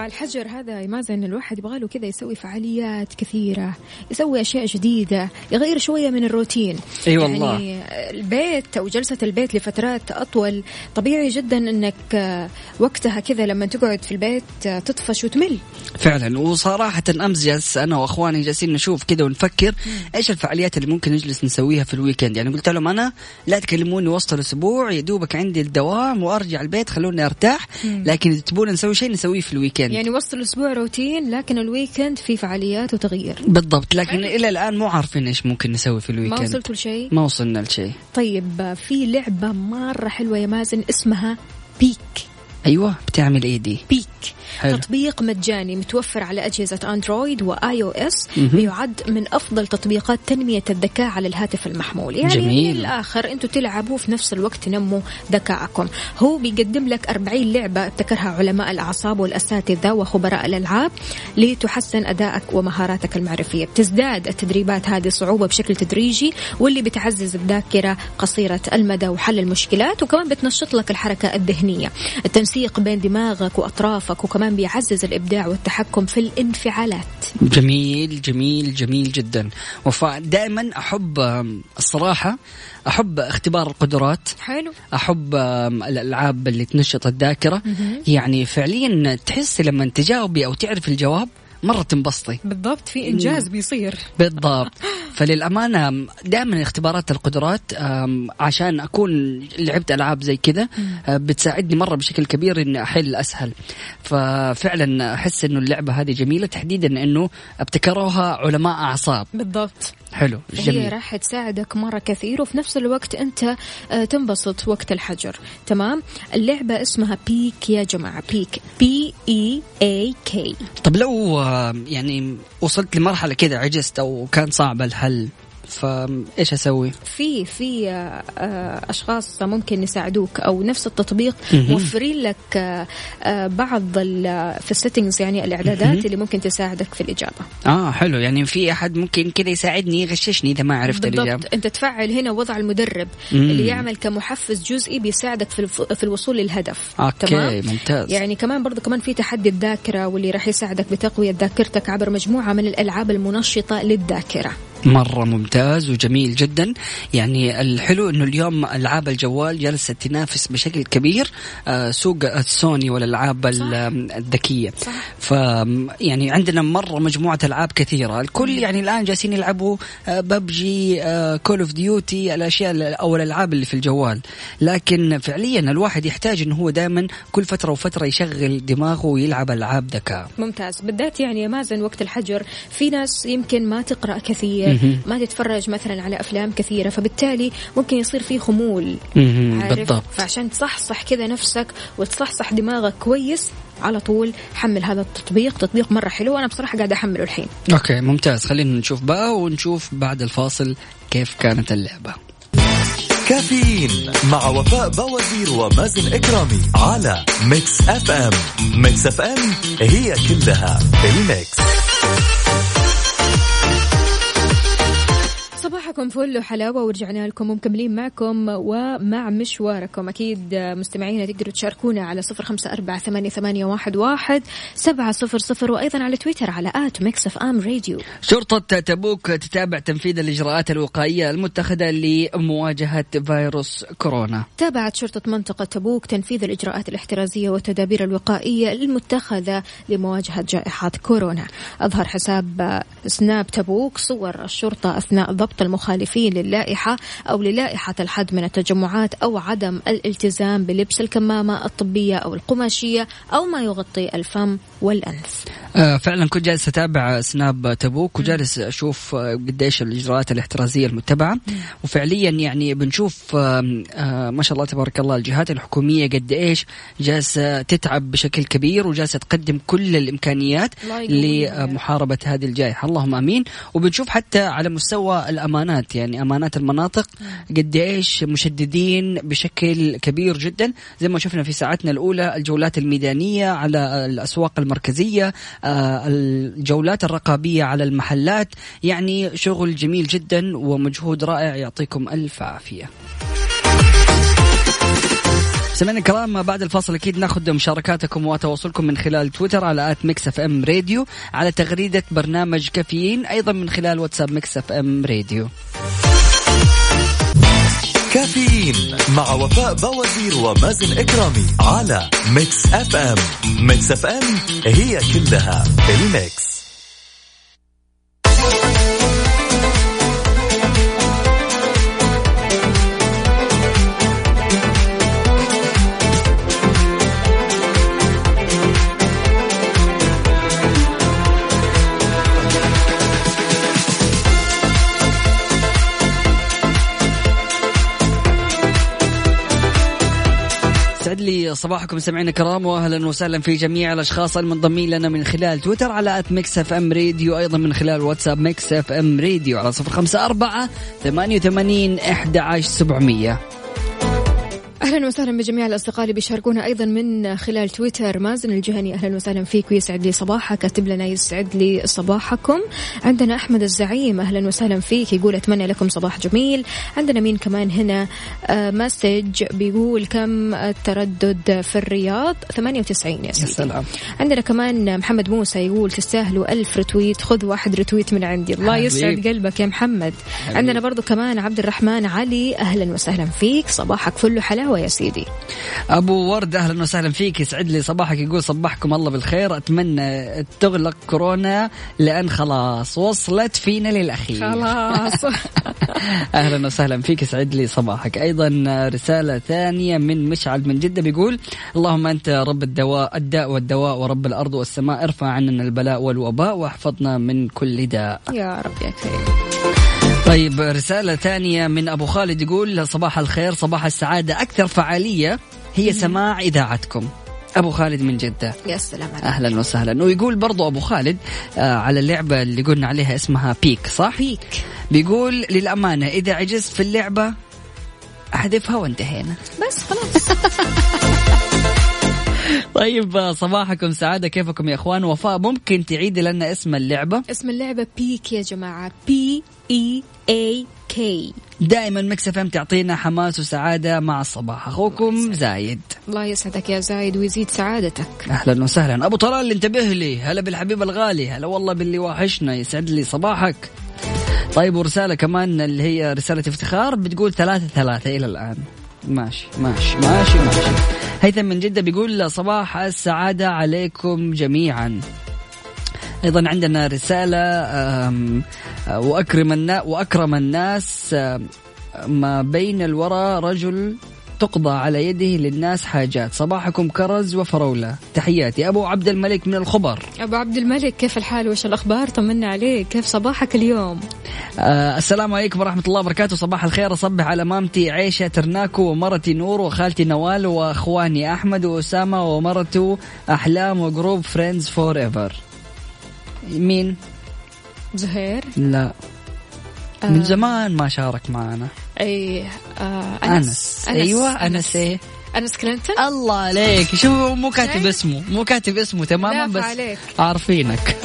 مع الحجر هذا يمازن الواحد يبغاله كذا يسوي فعاليات كثيرة، يسوي أشياء جديدة، يغير شوية من الروتين. أي والله. يعني البيت أو جلسة البيت لفترات أطول طبيعي جدا أنك وقتها كذا لما تقعد في البيت تطفش وتمل فعلا. وصراحة أمس جالس أنا وأخواني جالسين نشوف كذا ونفكر إيش الفعاليات اللي ممكن نجلس نسويها في الويكند. يعني قلت لهم أنا لا تكلموني وسط الأسبوع، يدوبك عندي الدوام وأرجع البيت خلوني أرتاح، لكن إذا تبون نسوي شيء نسويه في الويكند. يعني وسط الأسبوع روتين لكن الويكند في فعاليات وتغيير. بالضبط. لكن إلى الآن مو عارفين إيش ممكن نسوي في الويكند. ما وصلتوا لشيء؟ ما وصلنا لشيء. طيب في لعبة مرة حلوة يا مازن اسمها بيك. أيوة بتعمل إيه دي؟ بيك حلو. تطبيق مجاني متوفر على أجهزة أندرويد وآي أو إس، بيعد من أفضل تطبيقات تنمية الذكاء على الهاتف المحمول. يعني جميل. من الآخر أنتوا تلعبوا في نفس الوقت تنموا ذكاءكم. هو بيقدم لك 40 لعبة ابتكرها علماء الأعصاب والأساتذة وخبراء الألعاب لتحسن أدائك ومهاراتك المعرفية. بتزداد التدريبات هذه صعوبة بشكل تدريجي، واللي بتعزز الذاكرة قصيرة المدى وحل المشكلات، وكمان بتنشط لك الحركة الذهنية، التنسيق بين دماغك وأطرافك، وكمان بيعزز الإبداع والتحكم في الانفعالات. جميل جميل جميل جدا. وفاء دائما أحب الصراحة أحب اختبار القدرات. حلو. أحب الألعاب اللي تنشط الذاكرة. يعني فعليا تحس لما تجاوبي أو تعرف الجواب مرة تنبسطي. بالضبط، في إنجاز بيصير. بالضبط. فللأمانة دائما اختبارات القدرات عشان أكون لعبت ألعاب زي كذا بتساعدني مرة بشكل كبير إني أحل أسهل. ففعلا أحس إنه اللعبة هذه جميلة، تحديدا إنه ابتكروها علماء أعصاب. بالضبط. حلو جميل. هي راح تساعدك مرة كثير، وفي نفس الوقت أنت تنبسط وقت الحجر. تمام. اللعبة اسمها بيك يا جماعة، بيك PEAK. طب لو يعني وصلت لمرحلة كذا عجزت أو كان صعب الحل، فإيش أسوي؟ في أشخاص ممكن يساعدوك، أو نفس التطبيق موفرين لك بعض في السيتنجز، يعني الإعدادات اللي ممكن تساعدك في الإجابة. حلو. يعني في أحد ممكن كذا يساعدني يغششني إذا ما عرفت الإجابة. أنت تفعل هنا وضع المدرب اللي يعمل كمحفز جزئي بيساعدك في الوصول للهدف. أوكي ممتاز. يعني كمان في تحدي الذاكرة، واللي راح يساعدك بتقوية ذاكرتك عبر مجموعة من الألعاب المنشطة للذاكرة. مرة ممتاز وجميل جدا. يعني الحلو إنه اليوم ألعاب الجوال جالسة تنافس بشكل كبير سوق السوني والألعاب الذكية. يعني عندنا مرة مجموعة ألعاب كثيرة. الكل يعني الآن جالسين يلعبوا ببجي، كول اوف ديوتي، الأشياء أو الألعاب اللي في الجوال. لكن فعليا الواحد يحتاج إنه هو دائما كل فترة وفترة يشغل دماغه ويلعب ألعاب ذكاء. ممتاز. بالذات يعني مازن وقت الحجر في ناس يمكن ما تقرأ كثير، ما تتفرج مثلا على أفلام كثيرة، فبالتالي ممكن يصير فيه خمول. بالضبط. فعشان تصحصح كذا نفسك وتصحصح دماغك كويس، على طول حمل هذا التطبيق. تطبيق مرة حلو، أنا بصراحة قاعدة أحمله الحين. أوكي ممتاز. خلينا نشوف بقى ونشوف بعد الفاصل كيف كانت اللعبة. كافيين مع وفاء بوازير ومازن إكرامي على ميكس اف ام. ميكس اف ام هي كلها الميكس. صباحكم فل وحلاوة، ورجعنا لكم ومكملين معكم ومع مشواركم. أكيد مستمعينا تقدروا تشاركونا على 0548811700، وأيضا على تويتر على @mixfmradio. شرطة تبوك تتابع تنفيذ الإجراءات الوقائية المتخذة لمواجهة فيروس كورونا. تابعت شرطة منطقة تبوك تنفيذ الإجراءات الاحترازية والتدابير الوقائية المتخذة لمواجهة جائحة كورونا. أظهر حساب سناب تبوك صور الشرطة أثناء ضبط المخالفين للائحة أو للائحة الحد من التجمعات أو عدم الالتزام بلبس الكمامة الطبية أو القماشية أو ما يغطي الفم والأنف. فعلا كنت جالس أتابع سناب تبوك وجالس أشوف قديش الإجراءات الاحترازية المتبعة، وفعليا يعني بنشوف ما شاء الله تبارك الله الجهات الحكومية قد إيش جالسة تتعب بشكل كبير وجالسة تقدم كل الإمكانيات لمحاربة هذه الجائحة. اللهم آمين. وبنشوف حتى على مستوى الأمانات، يعني أمانات المناطق قد إيش مشددين بشكل كبير جدا، زي ما شفنا في ساعتنا الأولى الجولات الميدانية على الأسواق المركزية، الجولات الرقابية على المحلات. يعني شغل جميل جدا ومجهود رائع، يعطيكم ألف عافية. سمعنا كلام. بعد الفاصل أكيد ناخذ مشاركاتكم وتواصلكم من خلال تويتر على @mixfmradio، على تغريدة برنامج كافيين، أيضا من خلال واتساب mixfmradio. كافيين مع وفاء بوازير ومازن إكرامي على ميكس اف ام. ميكس اف ام هي كلها الميكس. لي صباحكم سمعنا كرام، واهلا وسهلا في جميع الاشخاص المنضمين لنا من خلال تويتر على @mixfmradio، ايضا من خلال واتساب mixfmradio على 0548811700. أهلا وسهلا بجميع الأصدقاء اللي بيشاركونا أيضا من خلال تويتر. مازن الجهني أهلا وسهلا فيك ويسعد لي صباحك، كاتب لنا يسعد لي صباحكم. عندنا أحمد الزعيم أهلا وسهلا فيك، يقول أتمنى لكم صباح جميل. عندنا مين كمان هنا مسج بيقول كم التردد في الرياض 98 يا سيدي. عندنا كمان محمد موسى يقول تستاهلوا 1000 رتويت، خذ 1 رتويت من عندي. الله يسعد قلبك يا محمد. عندنا برضو كمان عبد الرحمن علي أهلا وسهلا فيك، صباحك كله حلاوة يا سيدي. أبو ورد أهلا وسهلا فيك، يسعد لي صباحك، يقول صباحكم الله بالخير، أتمنى تغلق كورونا لأن خلاص وصلت فينا للأخير. خلاص. أهلا وسهلا فيك، يسعد لي صباحك. أيضا رسالة ثانية من مشعل من جدة بيقول اللهم أنت رب الداء والدواء ورب الأرض والسماء، ارفع عننا البلاء والوباء واحفظنا من كل داء يا رب يا كريم. طيب رسالة ثانية من أبو خالد يقول صباح الخير، صباح السعادة، أكثر فعالية هي سماع إذاعتكم. أبو خالد من جدة، يا سلام عليك. أهلا وسهلا. ويقول برضو أبو خالد على اللعبة اللي قلنا عليها اسمها بيك، صح؟ بيك. بيقول للأمانة إذا عجزت في اللعبة أحذفها وانتهينا بس خلاص. طيب صباحكم سعادة، كيفكم يا أخوان؟ وفاء ممكن تعيد لنا اسم اللعبة؟ اسم اللعبة بيك يا جماعة، PEAK. دائما ميكس اف ام تعطينا حماس وسعادة مع الصباح. أخوكم زايد. الله يسعدك يا زايد ويزيد سعادتك. أهلا وسهلا. أبو طلال انتبه لي، هلا بالحبيب الغالي، هلا والله باللي واحشنا، يسعد لي صباحك. طيب ورسالة كمان اللي هي رسالة افتخار بتقول 3-3 إلى الآن. ماشي ماشي ماشي ماشي. هيثم من جدة بيقول صباح السعادة عليكم جميعا. أيضا عندنا رسالة وأكرم الناس ما بين الورى رجل تقضى على يده للناس حاجات. صباحكم كرز وفرولة، تحياتي. أبو عبد الملك من الخبر. أبو عبد الملك كيف الحال وش الأخبار؟ طمنا عليك، كيف صباحك اليوم؟ السلام عليكم ورحمة الله وبركاته. صباح الخير، أصبح على مامتي عيشة ترناكو ومرتي نور وخالتي نوال وأخواني أحمد وأسامة ومرته أحلام وجروب فريندز فور ايفر. مين؟ زهير؟ لا من زمان ما شارك معنا. أي أنس. أيوة أنس. إيه أنس كلينتون. الله عليك، شو مو كاتب اسمه، مو كاتب اسمه تماما بس عليك. عارفينك.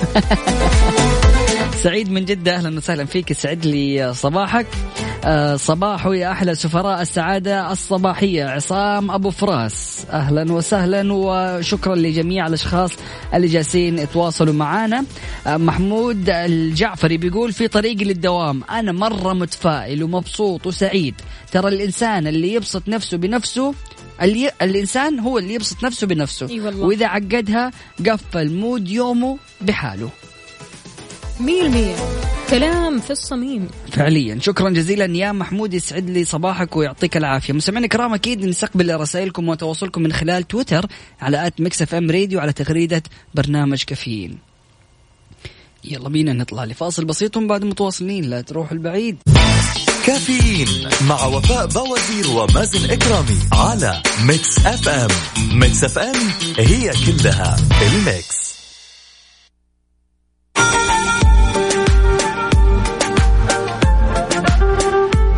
سعيد من جدة أهلا وسهلا فيك، يسعد لي صباحك. صباحو يا أحلى سفراء السعادة الصباحية. عصام أبو فراس أهلا وسهلا، وشكرا لجميع الأشخاص اللي جالسين يتواصلوا معنا. محمود الجعفري بيقول في طريقي للدوام أنا مرة متفائل ومبسوط وسعيد. ترى الإنسان اللي يبسط نفسه بنفسه، الإنسان هو اللي يبسط نفسه بنفسه، وإذا عقدها قفل مود يومه بحاله. 100% كلام في الصميم فعليا. شكرا جزيلا يا محمود، يسعد لي صباحك ويعطيك العافية. مستمعينا الكرام أكيد نستقبل رسائلكم وتواصلكم من خلال تويتر على @mixfmradio على تغريدة برنامج كافيين. يلا بينا نطلع لفاصل بسيط وبعد متواصلين، لا تروح البعيد. كافيين مع وفاء بوازير ومازن إكرامي على ميكس اف ام. ميكس اف ام هي كلها الميكس.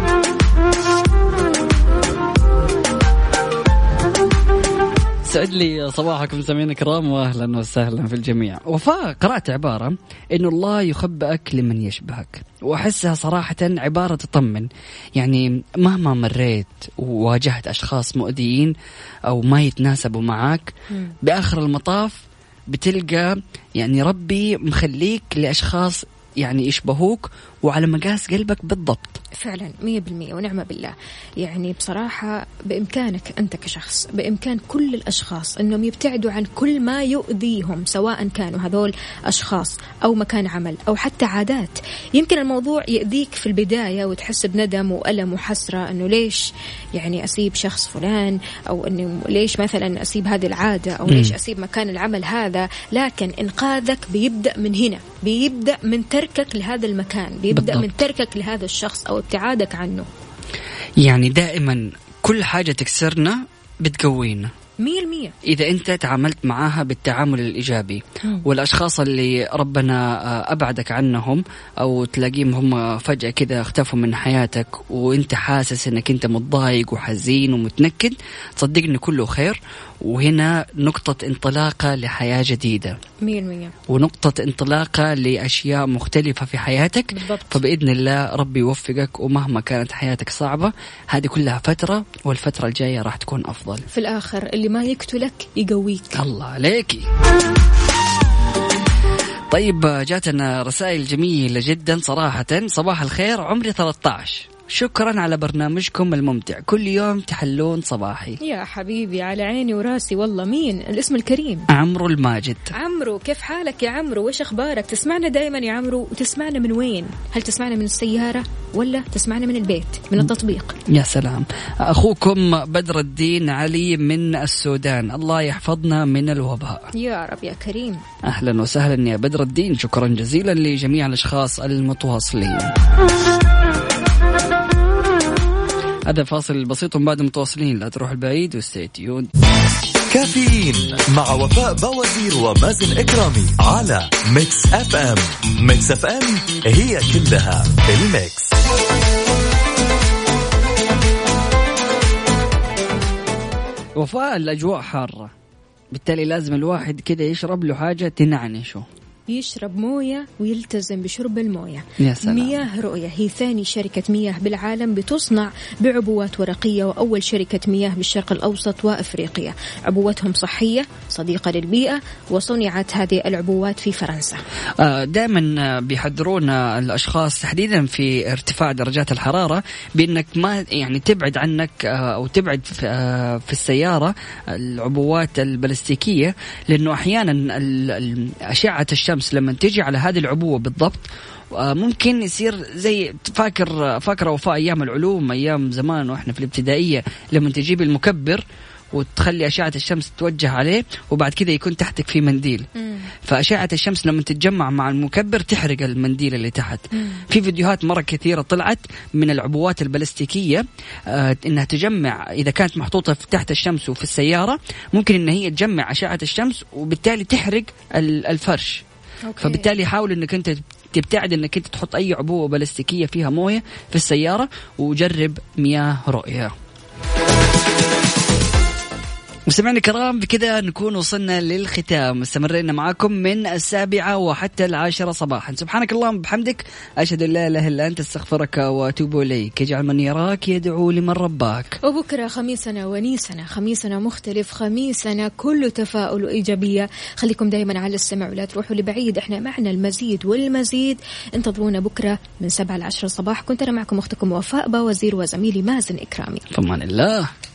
سعد لي لي صباحكم سمعين كرام واهلا وسهلا في الجميع. وفاء قرأت عبارة انه الله يخبئك لمن يشبهك، واحسها صراحة عبارة تطمن. يعني مهما مريت وواجهت اشخاص مؤذيين او ما يتناسبوا معك، باخر المطاف بتلقى يعني ربي مخليك لاشخاص يعني يشبهوك وعلى مقاس قلبك بالضبط. فعلا 100% ونعم بالله. يعني بصراحة بإمكانك أنت كشخص، بإمكان كل الأشخاص أنهم يبتعدوا عن كل ما يؤذيهم، سواء كانوا هذول أشخاص أو مكان عمل أو حتى عادات. يمكن الموضوع يؤذيك في البداية وتحس بندم وألم وحسرة أنه ليش يعني أسيب شخص فلان، أو أنه ليش مثلا أسيب هذه العادة، أو ليش أسيب مكان العمل هذا. لكن إنقاذك بيبدأ من هنا، بيبدأ من تركك لهذا المكان، بيبدأ بالضبط. من تركك لهذا الشخص أو ابتعادك عنه. يعني دائما كل حاجة تكسرنا بتقوينا 100%. إذا أنت تعاملت معاها بالتعامل الإيجابي. والأشخاص اللي ربنا أبعدك عنهم أو تلاقيهم هم فجأة كذا اختفوا من حياتك وأنت حاسس أنك أنت متضايق وحزين ومتنكد، تصدقني كله خير، وهنا نقطة انطلاقة لحياة جديدة 100%، ونقطة انطلاقة لأشياء مختلفة في حياتك بالضبط. فبإذن الله ربي يوفقك، ومهما كانت حياتك صعبة هذه كلها فترة، والفترة الجاية راح تكون أفضل. في الآخر اللي ما يقتلك يقويك. الله عليكي. طيب جاتنا رسائل جميلة جدا صراحة. صباح الخير، عمري 13، شكرا على برنامجكم الممتع، كل يوم تحلون صباحي. يا حبيبي على عيني وراسي والله. مين الاسم الكريم؟ عمرو الماجد. عمرو، كيف حالك يا عمرو؟ وش أخبارك؟ تسمعنا دائما يا عمرو، وتسمعنا من وين؟ هل تسمعنا من السيارة ولا تسمعنا من البيت من التطبيق؟ يا سلام. أخوكم بدر الدين علي من السودان، الله يحفظنا من الوباء يا رب يا كريم. أهلا وسهلا يا بدر الدين، شكرا جزيلا لجميع الأشخاص المتواصلين. هذا فاصل بسيط وبعد متواصلين، لا تروح البعيد وستيتيون. كافيين مع وفاء بوازير ومازن إكرامي على ميكس اف ام. ميكس اف ام هي كلها الميكس. وفاء الأجواء حارة، بالتالي لازم الواحد كده يشرب له حاجة تنعنشه، يشرب موية ويلتزم بشرب الموية. مياه رؤية هي ثاني شركة مياه بالعالم بتصنع بعبوات ورقية، وأول شركة مياه بالشرق الأوسط وأفريقيا. عبواتهم صحية صديقة للبيئة، وصنعت هذه العبوات في فرنسا. دائما بيحذرون الأشخاص تحديدا في ارتفاع درجات الحرارة بأنك ما يعني تبعد عنك أو تبعد في السيارة العبوات البلاستيكية، لأنه أحيانا أشعة الشمس لما تجي على هذه العبوة بالضبط ممكن يصير زي فاكر وفاء أيام العلوم، أيام زمان وإحنا في الابتدائية، لما تجيب المكبر وتخلي أشعة الشمس توجه عليه وبعد كده يكون تحتك في منديل، فأشعة الشمس لما تتجمع مع المكبر تحرق المنديل اللي تحت. في فيديوهات مرة كثيرة طلعت من العبوات البلاستيكية إنها تجمع، إذا كانت محطوطة تحت الشمس وفي السيارة ممكن إن هي تجمع أشعة الشمس وبالتالي تحرق الفرش. فبالتالي حاول إنك أنت تبتعد إنك أنت تحط أي عبوة بلاستيكية فيها موية في السيارة، وجرب مياه رؤية. مستمعينا الكرام، بكذا نكون وصلنا للختام، استمرينا معكم من 7 وحتى 10 صباحا. سبحانك اللهم وبحمدك، أشهد أن لا إله إلا أنت، استغفرك وأتوب إليك. اجعل من يراك يدعو لمن رباك. وبكرة خميسنا ونيسنا، خميسنا مختلف، خميسنا كله تفاؤل وإيجابية. خليكم دايما على السمع ولا تروحوا لبعيد، احنا معنا المزيد والمزيد. انتظرونا بكرة من 7 ل 10 صباح. كنت أنا معكم أختكم وفاء بوازير وزميلي مازن إكرامي. فمان الله.